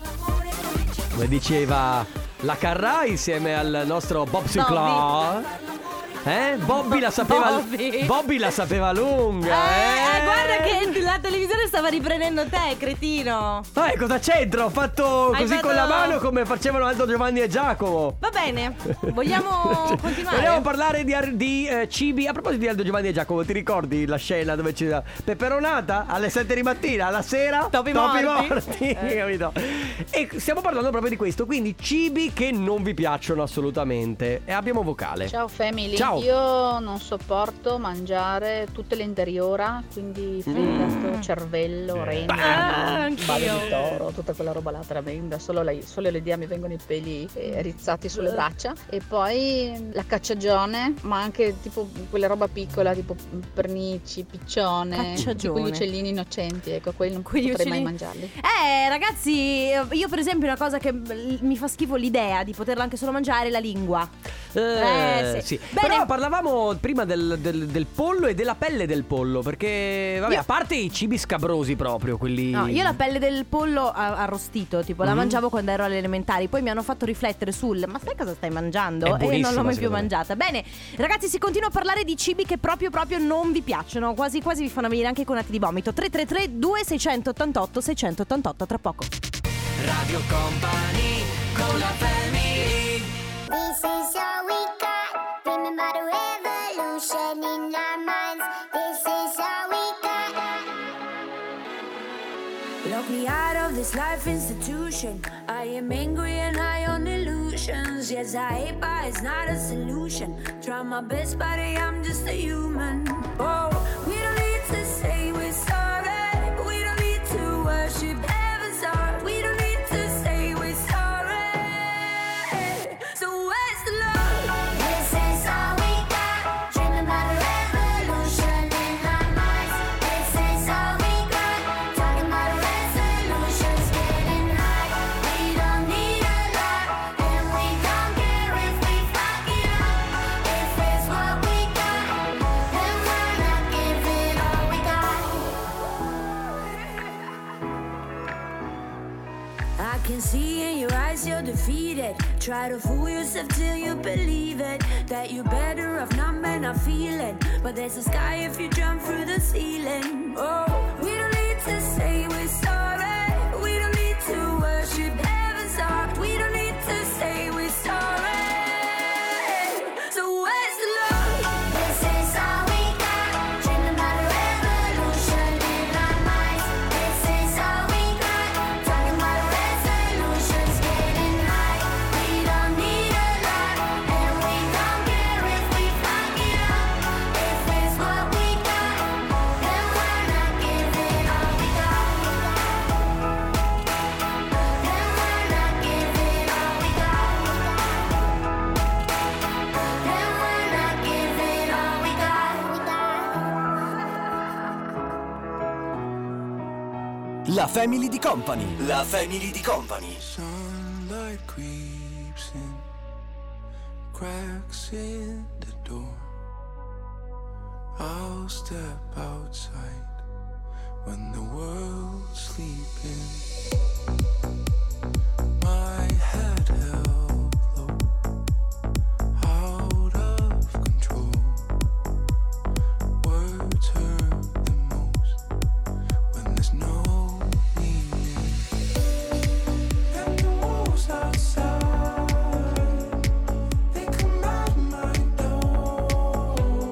Come diceva la Carrà insieme al nostro Bob Sinclair. Bobby la sapeva Bobby. la sapeva lunga, Guarda che la televisione stava riprendendo te, cretino. Cosa c'entra? Ho fatto Hai così fatto- con la mano come facevano Aldo, Giovanni e Giacomo. Va bene, vogliamo continuare? Vogliamo parlare di cibi. A proposito di Aldo, Giovanni e Giacomo, ti ricordi la scena dove c'era peperonata alle 7 di mattina, alla sera Topi morti. capito? E stiamo parlando proprio di questo, quindi cibi che non vi piacciono assolutamente. E abbiamo vocale. Ciao family, Ciao. io non sopporto mangiare tutte le interiora, quindi fegato, cervello, reni, anch'io. bale di toro, tutta quella roba là tremenda, solo l'idea mi vengono i peli rizzati sulle braccia. E poi la cacciagione, ma anche tipo quella roba piccola, tipo pernici, piccione, Cacciagione. quegli uccellini innocenti, ecco, quelli non Quegli potrei mai uccellini- mangiarli. Ragazzi, io per esempio una cosa che mi fa schifo l'idea di poterla anche solo mangiare è la lingua. Sì. Però parlavamo prima del pollo e della pelle del pollo, perché vabbè, a parte i cibi scabrosi proprio, quelli. No, io la pelle del pollo arrostito, tipo la mangiavo quando ero alle elementari. Poi mi hanno fatto riflettere sul ma sai cosa stai mangiando? È E non buonissima, l'ho mai più secondo me. mangiata. Bene, ragazzi, si continua a parlare di cibi che proprio non vi piacciono. Quasi quasi vi fanno venire anche con atti di vomito. 333 2688 688 tra poco. Radio Company con la family. This is all we got. Remember the revolution in our minds. This is all we got. Lock me out of this life institution. I am angry and high on illusions. Yes, I hate, but it's not a solution. Try my best, buddy, I'm just a human. Oh, we don't need to say we're sorry. We don't need to worship heaven's heart. We don't need to say we're sorry. So where's the love? This is all we got. Dreaming about a revolution in our minds. This is can see in your eyes you're defeated. Try to fool yourself till you believe it, that you're better off not men not feeling. But there's a sky if you jump through the ceiling. Oh, we don't need to say we're sorry. We don't need to worship heaven's heart. We don't need to say we're sorry. So where's the love? This is all we got. Dreaming about a revolution in our minds. This is all we got. Talking about resolutions, getting high. We don't need a lot, and we don't care if we fuck it up. If it's what we got, then we're not giving all we got. Then we're not giving all we got. Then we're not giving all we got. La Family di Company. La Family di Company. Sunlight creeps in, cracks in the door. I'll step outside when the world's sleeping. My head held low, out of control. Words hurt the most when there's no meaning. And the wolves outside, they come at my door,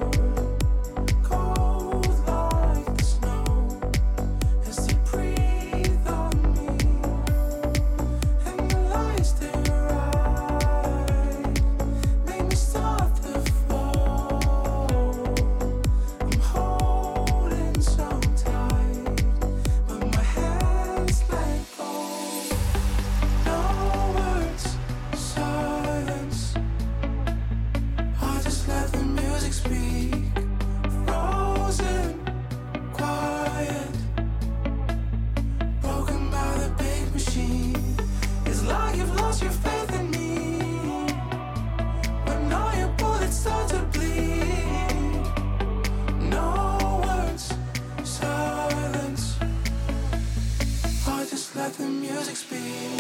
cold like the snow as they breathe on me. And the lies they write make me start to fall. I'm holding so tight, but my hands let go. No words, silence. I just let the music speak. Frozen, quiet, broken by the big machine. It's like you've lost your faith in me when all your bullets start to bleed. No words, silence. I just let the music speak.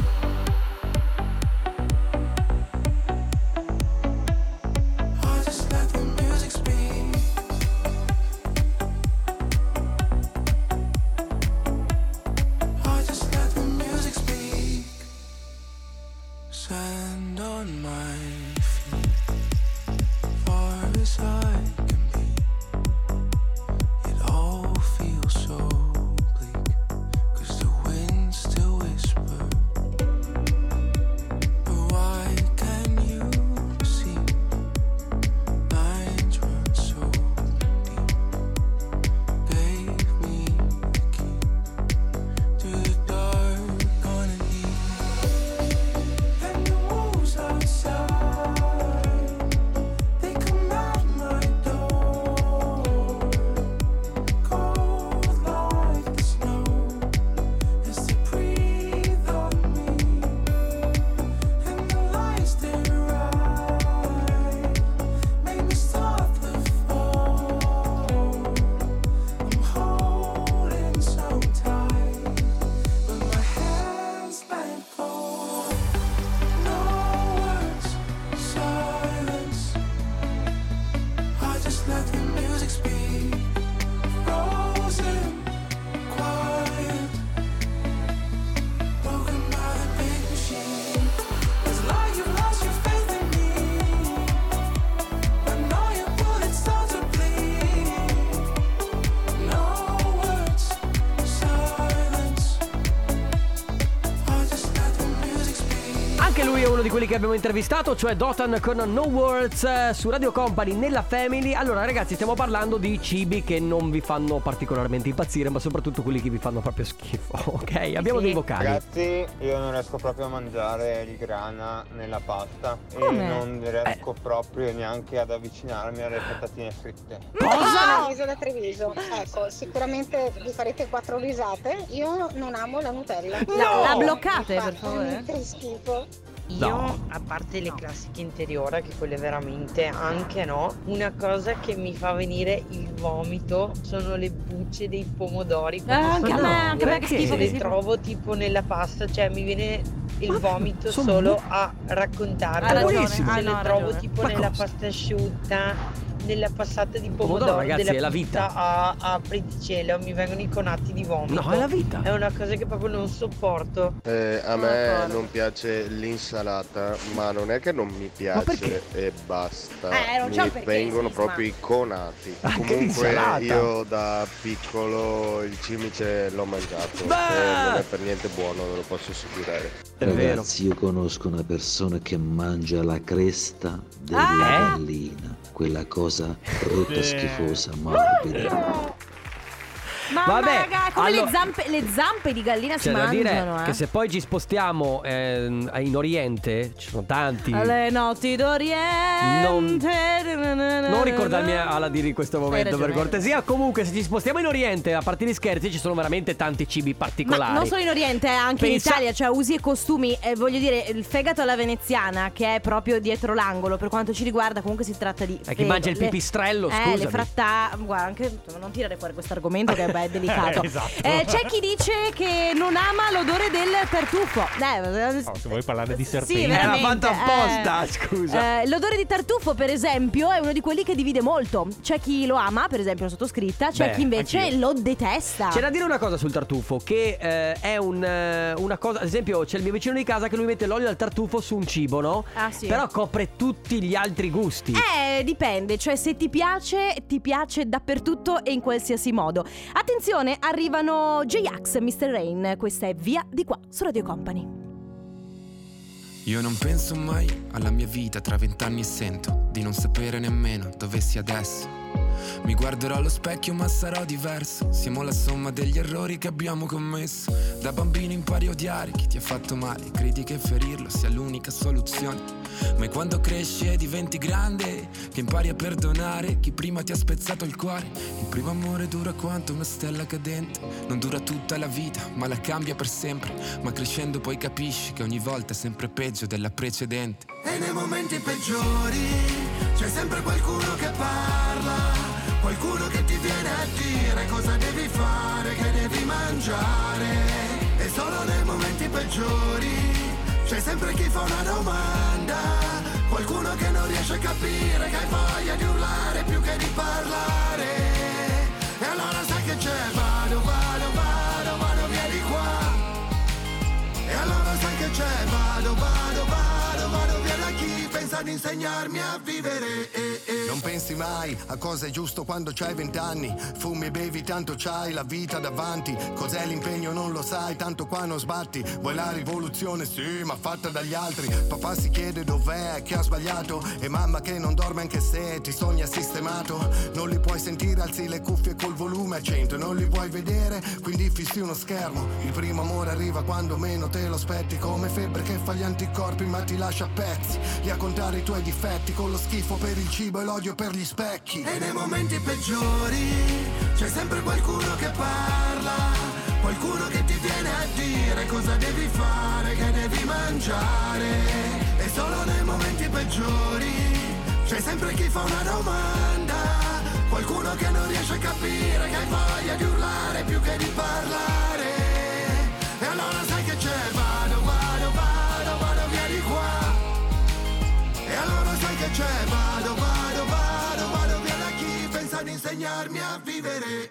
I just let the music speak. I just let the music speak. Sand on my feet, far as I can be. It all feels so bleak, 'cause the wind still whispers. But why can you see lines run so deep? Gave me the key to the dark underneath. And the wolves outside, they come at my door, cold like the snow as they breathe on me. And the lies they write make me start to fall. I'm holding so tight, but my hands let go. No words, silence. I just let the music speak. Frozen, quiet, broken by the big machine. It's like you've lost your faith in me when all your bullets start to bleed. No words, silence. I just let the music speak. Anche lui è uno di quelli che abbiamo intervistato, cioè Dotan con No Words su Radio Company nella Family. Allora ragazzi, stiamo parlando di cibi che non vi fanno particolarmente impazzire, ma soprattutto quelli che vi fanno proprio schifo, ok? Abbiamo dei vocali. Ragazzi, io non riesco proprio a mangiare il grana nella pasta Come? e non riesco proprio neanche ad avvicinarmi alle patatine fritte. Sono Elisa da Treviso. Ecco, sicuramente vi farete 4 risate. Io non amo la Nutella. La bloccate, Mi fa per favore. Che schifo. Io, a parte le classiche interiora, che quelle veramente anche no, una cosa che mi fa venire il vomito sono le bucce dei pomodori. Anche a me che schifo Se che le si- trovo tipo nella pasta, cioè mi viene il vomito sono solo a raccontarlo. Ha ragione, Se ah, le no, ha trovo ragione. tipo Ma nella cosa? pasta asciutta, nella passata di Pomodoro, pomodoro, ragazzi, è la della vita. pizza a Preticello, mi vengono i conati di vomito. No, è la vita. È una cosa che proprio non sopporto. A me non piace l'insalata, ma non è che non mi piace perché? e basta. non c'è un Mi perché, vengono Sisma. proprio i conati. Anche Comunque l'insalata. io da piccolo il cimice l'ho mangiato Beh! e non è per niente buono, ve lo posso assicurare. È vero. Ragazzi, io conosco una persona che mangia la cresta della gallina, quella cosa brutta, schifosa, morbida. Mamma Vabbè, raga, come allora- le zampe di gallina si C'è da dire mangiano, che se poi ci spostiamo in Oriente, ci sono tanti. alle notti d'Oriente. Non ricordarmi Aladdin in questo momento, ragione, per cortesia. Comunque, se ci spostiamo in Oriente, a parte gli scherzi, ci sono veramente tanti cibi particolari. Ma non solo in Oriente, anche Pensa- in Italia, cioè usi e costumi. Voglio dire, il fegato alla veneziana, che è proprio dietro l'angolo, per quanto ci riguarda, comunque si tratta di. Chi mangia il pipistrello, scusami. Le frattà. Guarda, anche non tirare fuori questo argomento che è delicato. Esatto. C'è chi dice che non ama l'odore del tartufo. Se vuoi parlare di serpenti. Sì, veramente. l'ha fatto apposta, scusa. L'odore di tartufo, per esempio, è uno di quelli che divide molto. C'è chi lo ama, per esempio la sottoscritta, c'è Beh, chi invece anch'io. lo detesta. C'è da dire una cosa sul tartufo, che è una cosa. Ad esempio, c'è il mio vicino di casa che lui mette l'olio al tartufo su un cibo, no? Ah, sì. Però copre tutti gli altri gusti. Dipende, cioè se ti piace dappertutto e in qualsiasi modo. Attenzione, arrivano J-Ax, Mr. Rain. Questa è Via di qua su Radio Company. Io non penso mai alla mia vita tra 20 anni e sento di non sapere nemmeno dove sia adesso. Mi guarderò allo specchio ma sarò diverso. Siamo la somma degli errori che abbiamo commesso. Da bambino impari a odiare chi ti ha fatto male. Credi che ferirlo sia l'unica soluzione. Ma è quando cresci e diventi grande che impari a perdonare chi prima ti ha spezzato il cuore. Il primo amore dura quanto una stella cadente. Non dura tutta la vita ma la cambia per sempre. Ma crescendo poi capisci che ogni volta è sempre peggio della precedente. E nei momenti peggiori c'è sempre qualcuno che parla, qualcuno che ti viene a dire cosa devi fare, che devi mangiare. E solo nei momenti peggiori c'è sempre chi fa una domanda, qualcuno che non riesce a capire che hai voglia di urlare più che di parlare. E allora sai che c'è, vado via di qua. E allora sai che c'è, vado via da chi pensa di insegnarmi a vivere. Non pensi mai a cosa è giusto quando c'hai 20 anni. Fumi e bevi tanto c'hai la vita davanti. Cos'è l'impegno non lo sai, tanto qua non sbatti. Vuoi la rivoluzione? Sì, ma fatta dagli altri. Papà si chiede dov'è, che ha sbagliato. E mamma che non dorme anche se ti sogna sistemato. Non li puoi sentire, alzi le cuffie col volume a 100. Non li vuoi vedere, quindi fissi uno schermo. Il primo amore arriva quando meno te lo aspetti. Come febbre che fa gli anticorpi ma ti lascia a pezzi. Lì a contare i tuoi difetti con lo schifo per il cibo e l'odio per gli specchi. E nei momenti peggiori c'è sempre qualcuno che parla, qualcuno che ti viene a dire cosa devi fare, che devi mangiare. E solo nei momenti peggiori c'è sempre chi fa una domanda, qualcuno che non riesce a capire che hai voglia di urlare più che di parlare. E allora sai che c'è, vado via di qua. E allora sai che c'è, vado via da chi pensa di insegnarmi a vivere.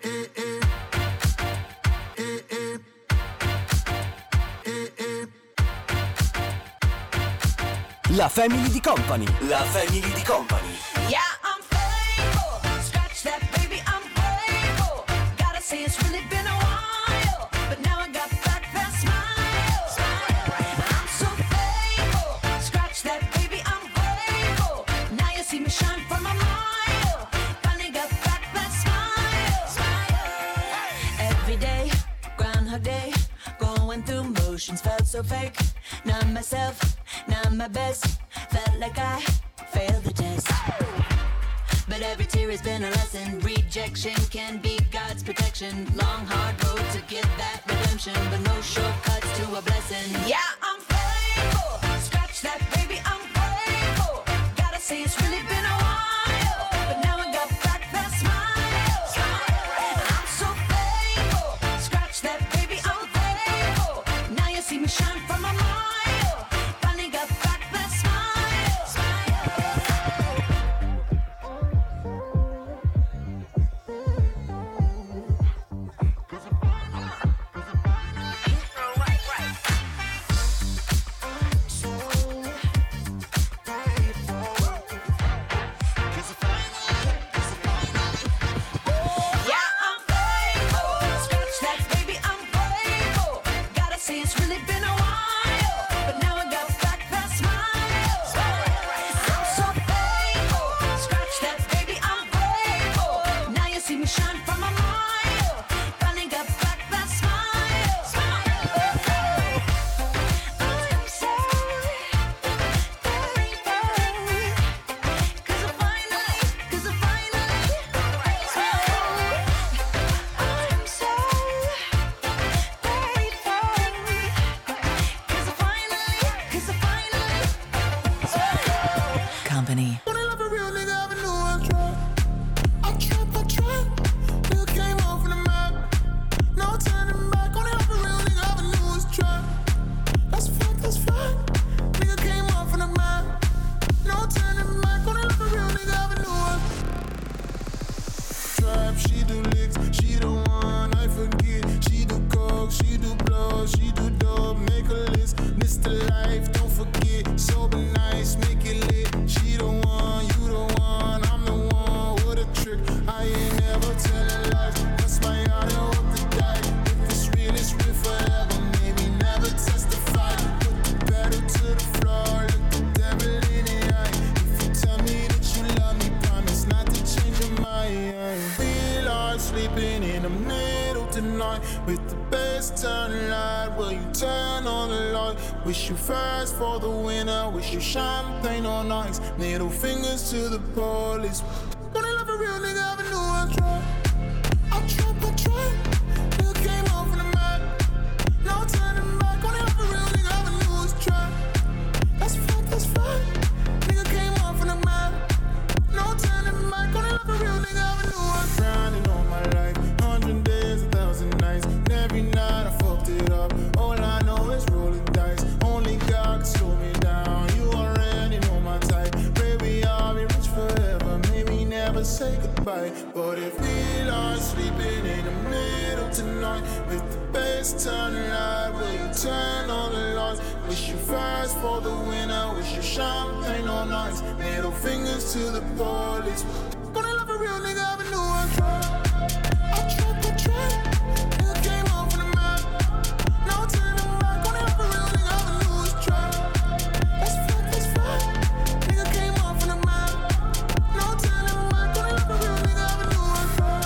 La Family di Company. La Family di Company. Yeah, I'm faithful. Scratch that, baby, I'm faithful. Gotta say it's really been a while, but now I got back that smile. I'm so faithful. Scratch that, baby, I'm faithful. Now you see me shine from a mile. Finally got back that smile. Every day, Groundhog Day, going through motions, felt so fake. Not myself, not my best. Felt like I failed the test. But every tear has been a lesson. Rejection can be God's protection. Long, hard road to get that redemption, but no shortcuts to a blessing. Yeah, I'm faithful. Scratch scratch that, baby, I'm grateful. Gotta say it's really been a while, but now I got back that smile. I'm so thankful. Scratch that, baby, I'm grateful. Now you see me shine from a mile. Finally got back that smile. Company. She do licks, she the one I forget. She do coke, she do blow, she do dope. Make a list, this the life, don't forget. Sober nice, make it lit. She the one, you the one, I'm the one with a trick. I ain't never telling lies, that's my heart, I hope to die. If it's real forever, maybe never testify. Put the pedal to the floor, look the devil in the eye. If you tell me that you love me, promise not to change your mind. Sleeping in the middle tonight with the best turn light. Will you turn on the light? Wish you fast for the winner. Wish you champagne on ice. Middle fingers to the police. Gonna love a real nigga, I knew I tried. I tried. Nigga came off in the mat. No turning back. Gonna love a real nigga, I knew it's try. That's fine. Nigga came off in the mat. No turning back. Gonna love a real nigga, I knew I tried. 100 days, 1,000 nights, and every night I fucked it up. All I know is rolling dice. Only God can slow me down. You already know my type. Baby, I'll be rich forever. Maybe never say goodbye. But if we are sleeping in the middle tonight with the bass turning light, will you turn on the lights? Wish you fast for the winner. Wish you champagne on ice. Middle fingers to the police. Gonna love a real nigga, I knew I tried. I tried. Nigga came off in the mat. No turning back. Gonna have a real nigga, I knew it's try. That's fine. Nigga came off in the mat. No turning back. Gonna have a real nigga, I knew it's try.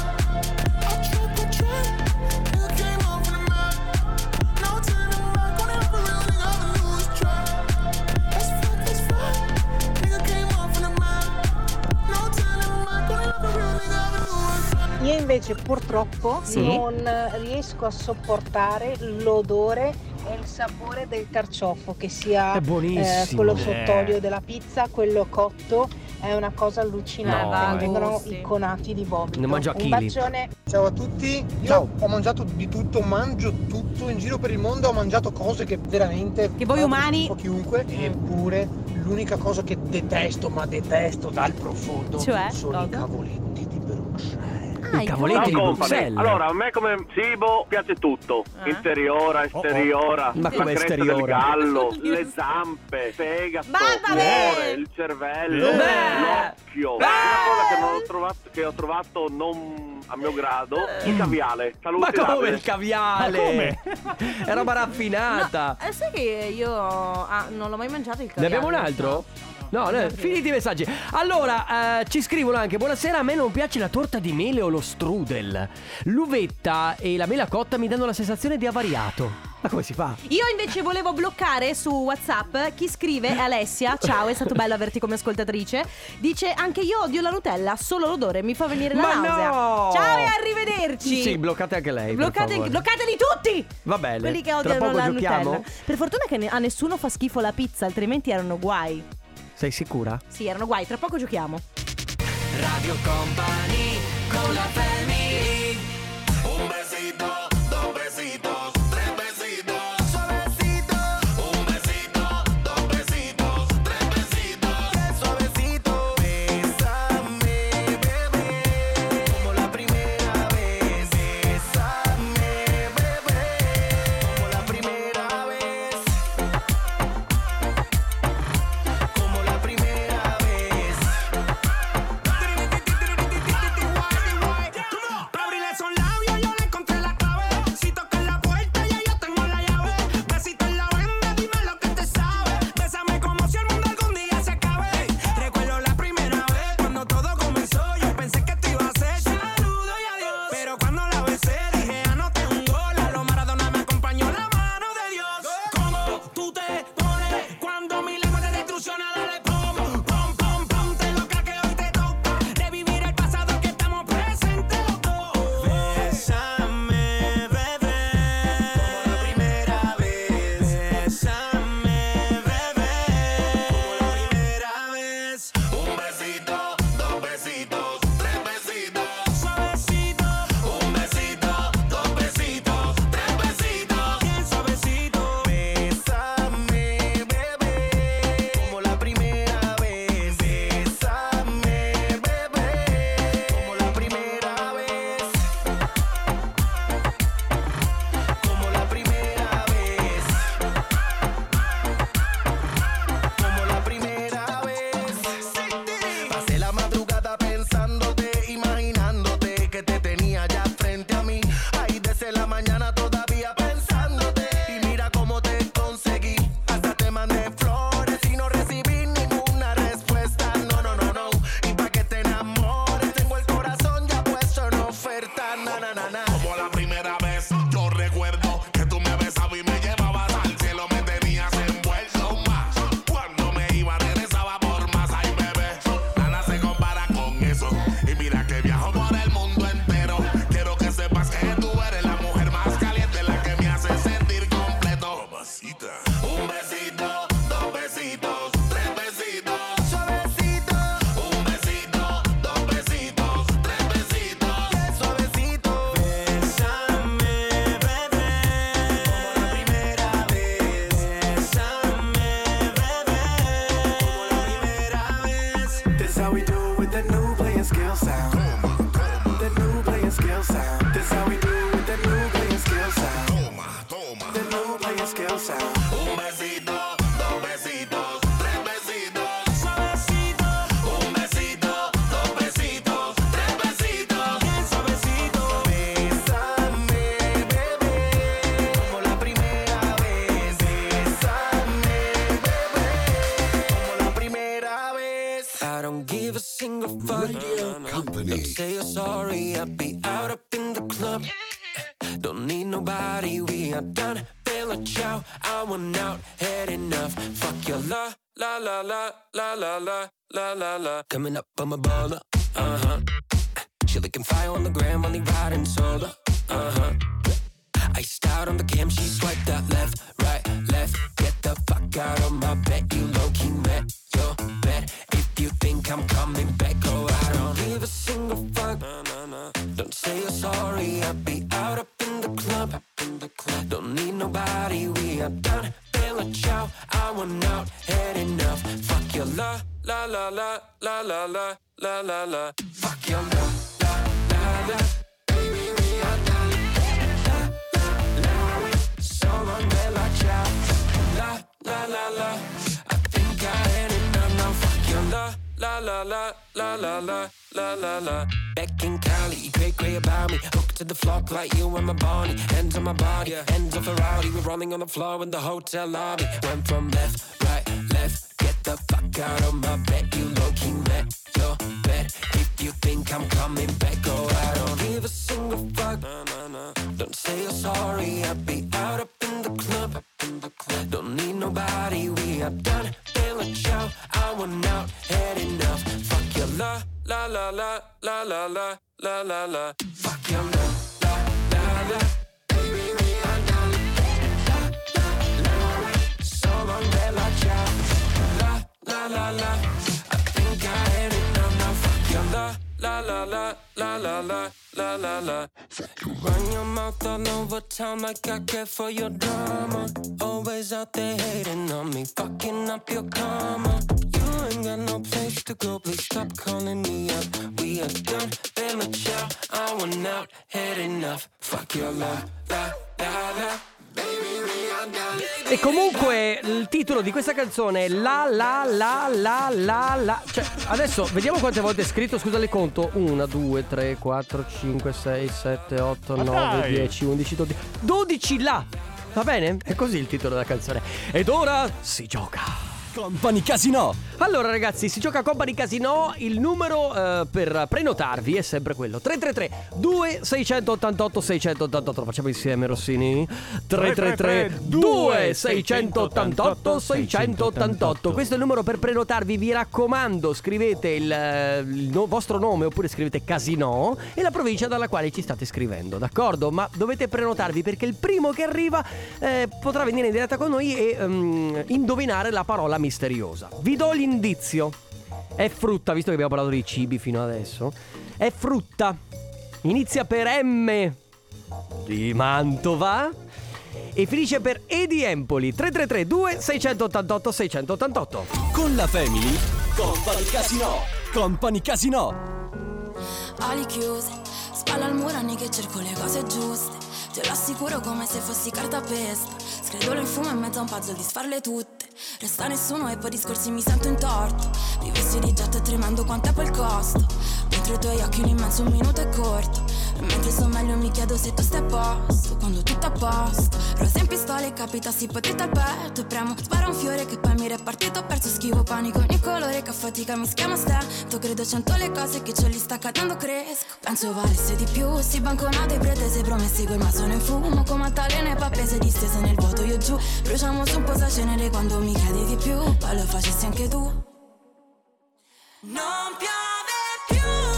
I tried. Nigga came off in the mat. No turning back. Gonna have a real nigga, I knew it's try. That's fine. Nigga came off in the mat. No turning back. Gonna have a real nigga, I knew it's try. Io invece purtroppo non riesco a sopportare l'odore e il sapore del carciofo, che sia quello sott'olio della pizza, quello cotto, è una cosa allucinante, vengono i conati di vomito. Ne mangio a Un chili. bacione. Ciao a tutti, io ho mangiato di tutto, mangio tutto, in giro per il mondo ho mangiato cose che veramente che voi umani chiunque, eppure l'unica cosa che detesto, ma detesto dal profondo, sono i cavoletti di Bruxelles. I cavoletti di Bruxelles. Allora, a me come cibo piace tutto. Interiora, esteriora, Ma la come cresta esteriora? del gallo, le zampe, fegato, cuore, il cervello, l'occhio. Una cosa che ho trovato non a mio grado, il caviale. Ma come il caviale? Ma come? È roba raffinata. Sai che io non l'ho mai mangiato il Ne caviale. abbiamo un altro? No, finiti i messaggi. Allora, ci scrivono anche: buonasera, a me non piace la torta di mele o lo strudel. L'uvetta e la mela cotta mi danno la sensazione di avariato. Ma come si fa? Io invece volevo bloccare su WhatsApp chi scrive, Alessia, ciao, è stato bello averti come ascoltatrice. Dice: anche io odio la Nutella, solo l'odore mi fa venire la Ma nausea. no! Ciao e arrivederci. averci. Sì, bloccate anche lei. per favore. Bloccateli tutti. Va bene. Quelli che Tra odiano poco la giochiamo? Nutella. Per fortuna che a nessuno fa schifo la pizza, altrimenti erano guai. Sei sicura? Sì, erano guai. Tra poco giochiamo. Radio Company con la family. Un besito, dos besitos, tres besitos, suavecito. Un besito, dos besitos, tres besitos, suavecito. Bésame, bebé, como la primera vez. Bésame, bebé, como la primera vez. Como la primera vez. Pa' abrirle esos labios yo le encontré la clave. Si tocas la puerta ya yo tengo la llave. Besito en la venda, dime lo que te sabe. Bésame como si el mundo algún día se acabe. Recuerdo la primera vez cuando todo comenzó. Yo pensé que te iba a hacer saludo y adiós. Pero cuando la besé dije anoté un gol. A lo Maradona me acompañó la mano de Dios. ¿Cómo tú te pones cuando mi lengua de destrucción a darle pom, pom, pom, pom? Te loca que hoy te toca revivir el pasado que estamos presentes los dos. Bésame, bebé, como la primera vez. Bésame, bebé, como la primera vez. Un besito, dos besitos, tres besitos, suavecito. Un besito, dos besitos, tres besitos, bien suavecito. Bésame, bebé, como la primera vez. Bésame, bebé, como la primera vez. Como la primera vez. Como la primera vez. Pasé la madrugada pensándote, imaginándote que te tenía ya frente a mí. Ahí desde la mañana todavía pensándote. Y mira cómo te conseguí. Hasta te mandé flores y no recibí ninguna respuesta. No, no, no, no. Y pa' que te enamores, tengo el corazón ya puesto en oferta. Na, na, na, na. Como la primera vez, yo recuerdo que tú me besabas y me llevabas al cielo, me tenías envuelto más. Cuando me iba regresaba por más. Ay, bebé, nada se compara con eso. Y mira que viajo por el mundo entero. Quiero que sepas que tú eres la mujer más caliente, la que me hace sentir completo. Mamacita. Un besito, dos besitos, tres besitos, suavecito. Un besito, dos besitos, tres besitos, bien suavecito. Bésame, bebé, como la primera vez. Bésame, bebé, como la primera vez. This how we do with the new playing skill sound. The new playing skill sound. This how we do with the new playing skill sound. The new playing skill sound. Un besito, dos besitos, tres besitos, suavecito. Un besito, dos besitos, tres besitos, bien suavecito. Bésame, bebé, como la primera vez. Bésame, bebé, como la primera vez. I don't give a single fuck. Don't say you're sorry, I'll be out up in the club. Don't need nobody, we are done. Bella ciao, I want out, had enough. Fuck your la, la la la, la la la, la la la. Coming up, I'm a baller, She looking fire on the gram, only riding solo, Iced out on the cam, she swiped out left, right, left. Get the fuck out of my bed, you low-key met your bed. If you think I'm coming back, go out. Don't give a single fuck. Don't say you're sorry, I'll be out up in the club. Don't need nobody, we are done. Bella ciao, I want out, had enough. Fuck your la, la la la, la la la, la la la. Fuck your la, la la la. Baby, we are done. La la la, so long, bella ciao. La la la la, I think I had enough now. Fuck your la, la la la, la la la, la la la. Back in Cali, you cray about me. Hooked to the flock like you and my Barney. Hands on my body, hands off a rowdy. We're rolling on the floor in the hotel lobby. Went from left, right, left. Get the fuck out of my bed. You low-key met your bed. If you think I'm coming back, go out. Don't give a single fuck. Don't say you're sorry, I'll be out up in the club. Don't need nobody, we are done. Bella ciao, I want out, had enough. Fuck your la, la la la, la la la, la la la. Fuck your la. la. I think I had enough now. Fuck your la la la la la la la la la la. Run your mouth all over town like I care for your drama. Always out there hating on me, fucking up your karma. You ain't got no place to go, please stop calling me up. We are done, been mature, I want out, had enough. Fuck your la la la la. E comunque il titolo di questa canzone è La La La La La La. Cioè, adesso vediamo quante volte è scritto, scusa le conto. 1, 2, 3, 4, 5, 6, 7, 8, 9, 10, 11, 12 la. Va bene? È così il titolo della canzone. Ed ora si gioca Company Casino. Allora ragazzi, si gioca a Company Casino. Il numero per prenotarvi è sempre quello 333 2688 688. Facciamo insieme, Rossini. 333 2688 688. Questo è il numero per prenotarvi. Vi raccomando, scrivete il vostro nome oppure scrivete Casino e la provincia dalla quale ci state scrivendo, d'accordo? Ma dovete prenotarvi perché il primo che arriva potrà venire in diretta con noi e indovinare la parola misteriosa. Vi do l'indizio. È frutta, visto che abbiamo parlato di cibi fino adesso. È frutta. Inizia per M di Mantova e finisce per E di Empoli. 333 2688 688. Con la Family, Company Casino. Company Casino. Ali chiuse, spalla al muro anni che cerco le cose giuste. Te lo assicuro come se fossi cartapesta. Scredolo in fumo in mezzo a un puzzle di sfarle tutte. Resta nessuno e poi discorsi mi sento in torto. Vivessi di getto e tremando quanto è poi il costo. Dentro i tuoi occhi un immenso un minuto è corto. E mentre sto meglio mi chiedo se tu stai a posto. Quando tutto a posto. Rosa in pistola e capitassi poi dritto al petto. E premo, spara un fiore che poi mi è partito. Ho perso, schivo panico ogni colore che a fatica mi schiama stento. Credo 100 le cose che ce li sta cadendo cresco. Penso valesse di più, si banconate pretese promessi col masono in fumo. Come altalene pappese distese nel vuoto io giù. Bruciamo su un po' cenere quando mi chiedi di più. Poi lo facessi anche tu. Non piove più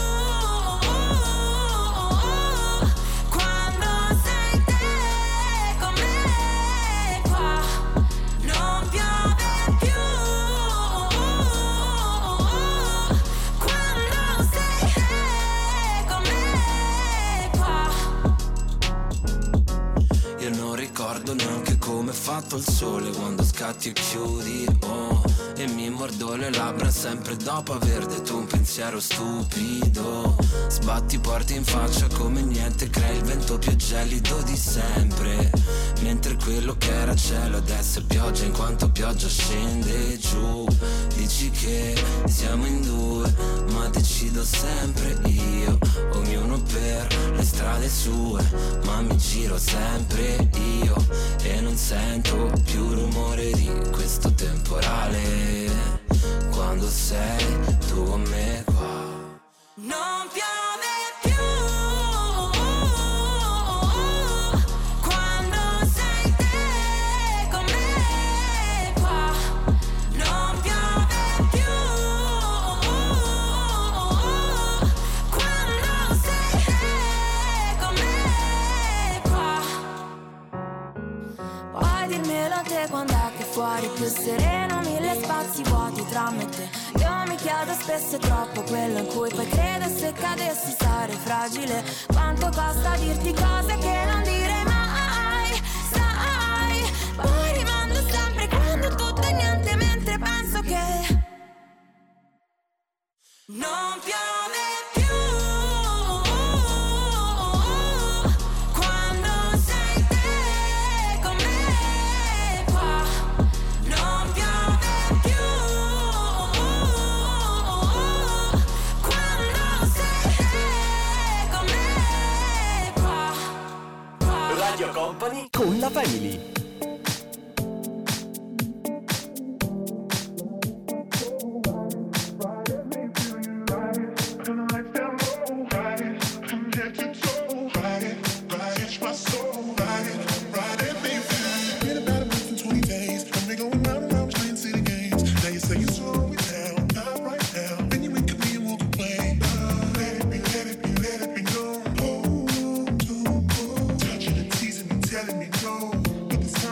quando sei te con me qua. Non piove più quando sei te con me qua. Io non ricordo neanche come è fatto il sole quando scatti e chiudi, oh. E mi mordo le labbra sempre dopo aver detto un pensiero stupido. Sbatti porti in faccia come niente, crei il vento più gelido di sempre. Mentre quello che era cielo adesso è pioggia in quanto pioggia scende giù. Dici che siamo in due, ma decido sempre io. Ognuno per le strade sue, ma mi giro sempre io. E non sento più rumore di questo temporale quando sei tu con me qua. Non piove più quando sei te con me qua. Non piove più quando sei te con me qua. Puoi dirmelo a te quando è che fuori più sereno, mille spazi vuoti tra me e te. Io mi chiedo spesso è troppo quello in cui poi credo se cadessi sarei fragile. Quanto costa dirti cose che non direi mai, sai. Poi rimando sempre quando tutto è niente mentre penso che non piove più quando sei te con me qua. Non piove più quando sei te con me qua. Radio Company con la Family. Telling me no, but the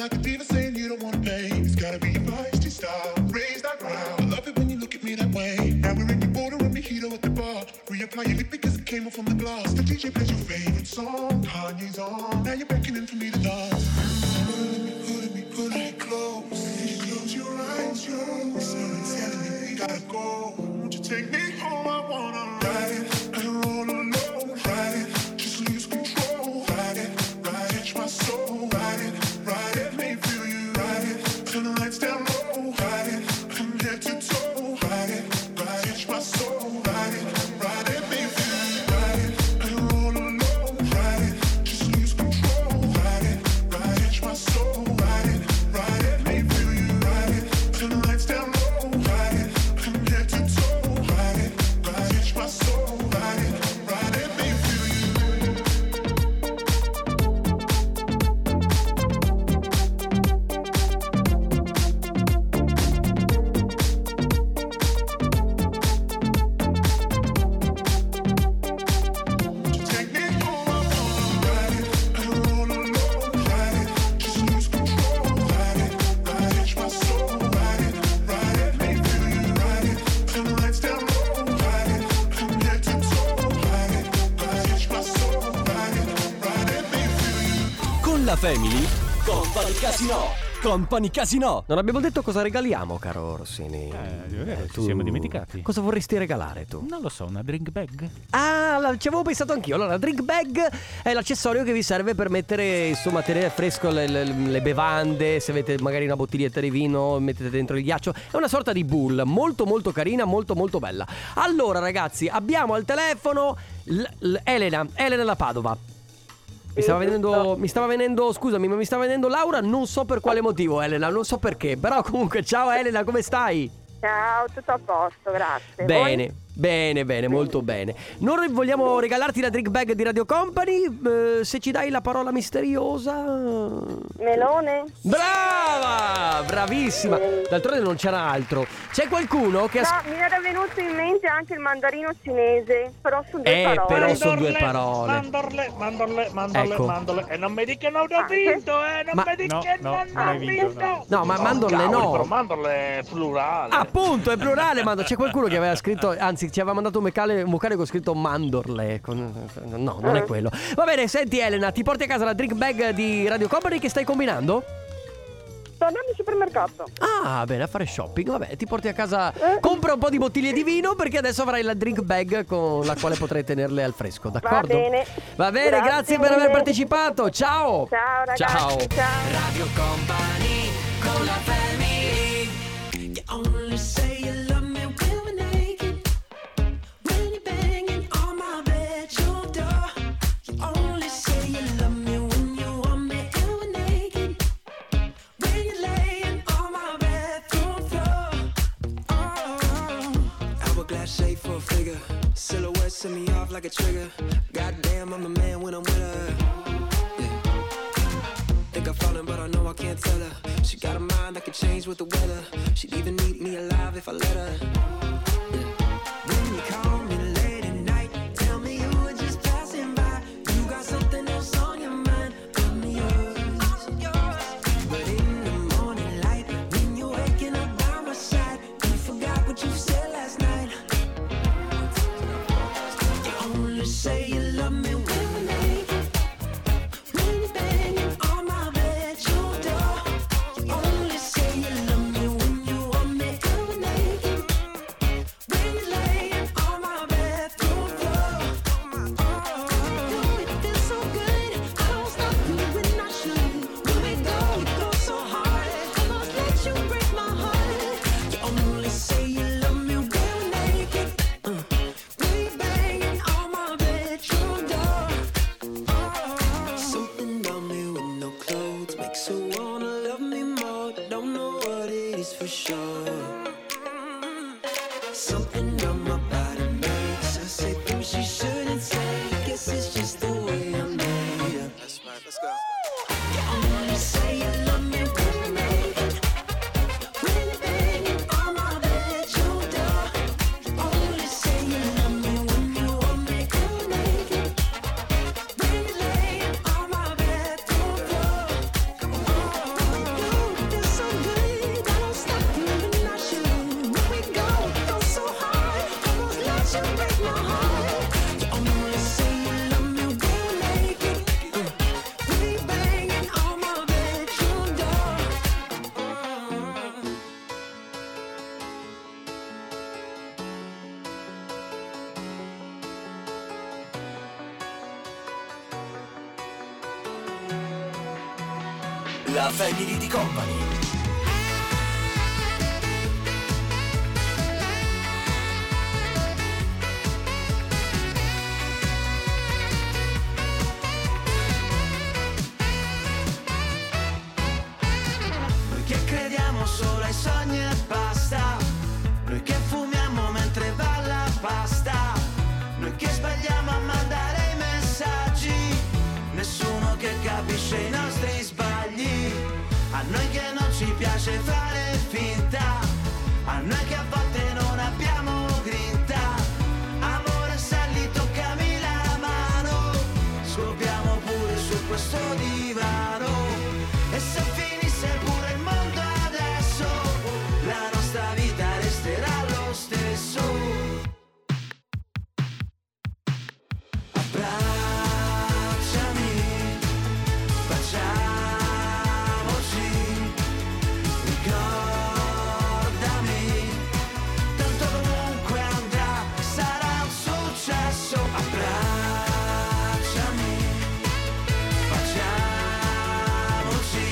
like a diva saying you don't wanna pay. It's gotta be your feisty style. Raise that ground. I love it when you look at me that way. Now we're in the border and mojito at the bar. Reapply your lip because it came off from the glass. The DJ plays your favorite song. Kanye's on. Now you're beckoning for me to dance. Pulling me close. Close your eyes, yo. Someone's telling me we gotta go. Won't you take me home? I wanna ride it and roll alone. Ride it, just lose control. Ride it, catch my soul. Ride it, make me feel you. Ride it, turn the lights down low. Ride it, from head to toe. Ride it, catch my soul. Ride it, make me feel you. Ride it and roll alone. Ride it, just lose control. Ride it, catch my soul. Ride it, make me feel you. Ride it, turn the lights down low. Ride it, from head to toe. Ride it, catch my soul. Ride it, make me feel you. Con la Family, Company Casino. Company Casino. Non abbiamo detto cosa regaliamo, caro Rossini. Ci siamo dimenticati. Cosa vorresti regalare tu? Non lo so, una drink bag? Ah, ci avevo pensato anch'io. Allora, la drink bag è l'accessorio che vi serve per mettere, insomma, tenere fresco le bevande. Se avete magari una bottiglietta di vino, mettete dentro il ghiaccio. È una sorta di bowl, molto molto carina, molto molto bella. Allora, ragazzi, abbiamo al telefono Elena da Padova. Mi stava venendo Laura, non so per quale motivo, Elena, non so perché. Però comunque, ciao Elena, come stai? Ciao, tutto a posto, grazie. Bene, Voi? bene, molto bene. Noi vogliamo regalarti la drink bag di Radio Company. Se ci dai la parola misteriosa. Melone? Brava! Bravissima. D'altronde non c'era altro. C'è qualcuno che No, mi era venuto in mente anche il mandarino cinese, però su due parole. però sono due parole. Mandorle. Ecco. E non mi dica che non ho vinto, non mi dica che non ho vinto. No, ma mandorle no. Però mandorle è plurale. Appunto, è plurale, ma c'è qualcuno che aveva scritto, anzi ci aveva mandato un vocale con scritto mandorle. No, non è quello. Va bene, senti Elena, ti porti a casa la drink bag di Radio Company. Che stai combinando? Sto andando al supermercato. Ah, bene, a fare shopping. Vabbè, ti porti a casa, compra un po' di bottiglie di vino, perché adesso avrai la drink bag con la quale potrai tenerle al fresco, d'accordo? Va bene, grazie per aver partecipato. Ciao. Ciao ragazzi. Ciao. Radio Company con la Family. You only say you love me when we're naked. When you're banging on my bedroom door. You only say you love me when you want me and we're naked. When you're laying on my bedroom floor. Hourglass shape for a figure. Silhouette set me off like a trigger. Goddamn, I'm the man when I'm with her. Think I'm falling, but I know I can't tell her. She got a mind that could change with the weather. She'd even eat me alive if I let her. When you call me late at night, tell me you were just passing by. You got something else on your mind, got me yours. But in the morning light, when you're waking up by my side, you forgot what you said last night. You only say you love me when we're naked. When you're banging on my bedroom door. You only say you love me when you want me and we're naked. La Family di Company. Noi che crediamo solo ai sogni e basta. Noi che fumiamo mentre va la pasta. Noi che sbagliamo a mandare i messaggi. Nessuno che capisce i nostri sbagli. A noi che non ci piace fare finta. A noi che a volte non abbiamo grinta. Amore, sali, toccami la mano. Scopriamo pure su questo divano. E se finisse pure il mondo adesso, la nostra vita resterà lo stesso. Abbracciami, baciamoci, ricordami, tanto comunque andrà, sarà un successo. Abbracciami, baciamoci,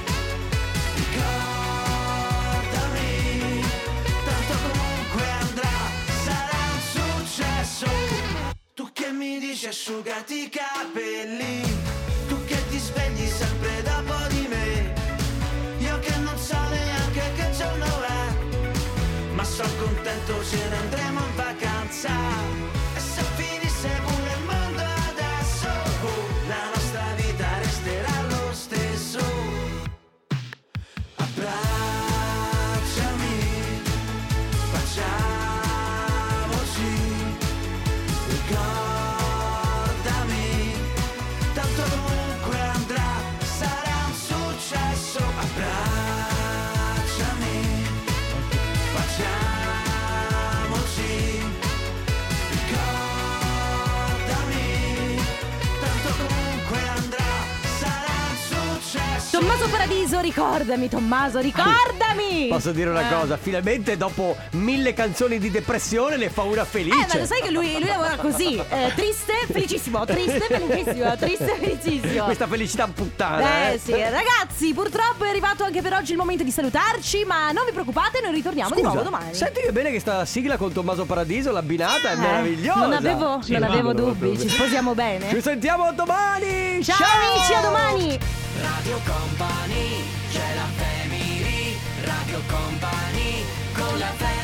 ricordami, tanto comunque andrà, sarà un successo. Tu che mi dici asciugati i capelli, tu che ti svegli sempre dopo di me, io che non so neanche che giorno è, ma sono contento, ce ne andremo in vacanza. E se finisse pure il mondo adesso, la nostra vita resterà lo stesso. Abbracciami, baciamoci, ricordami, tanto comunque andrà, sarà un successo. Abbracciami, baciamoci, ricordami, tanto comunque andrà, sarà un successo. Tommaso Paradiso, ricordami, Tommaso, ricordami. Posso dire una cosa? Finalmente dopo 1000 canzoni di depressione ne fa una felice. Ma lo sai che lui lavora così, triste, felicissimo, triste, felicissimo, triste, felicissimo. Questa felicità puttana. Sì, ragazzi, purtroppo è arrivato anche per oggi il momento di salutarci, ma non vi preoccupate, noi ritorniamo di nuovo domani. Senti che bene che sta sigla con Tommaso Paradiso, l'abbinata è meravigliosa. Non avevo dubbi, ci sposiamo bene. Ci sentiamo domani. Ciao amici, a domani. Radio Company, c'è la Family, Radio Company, con la Family.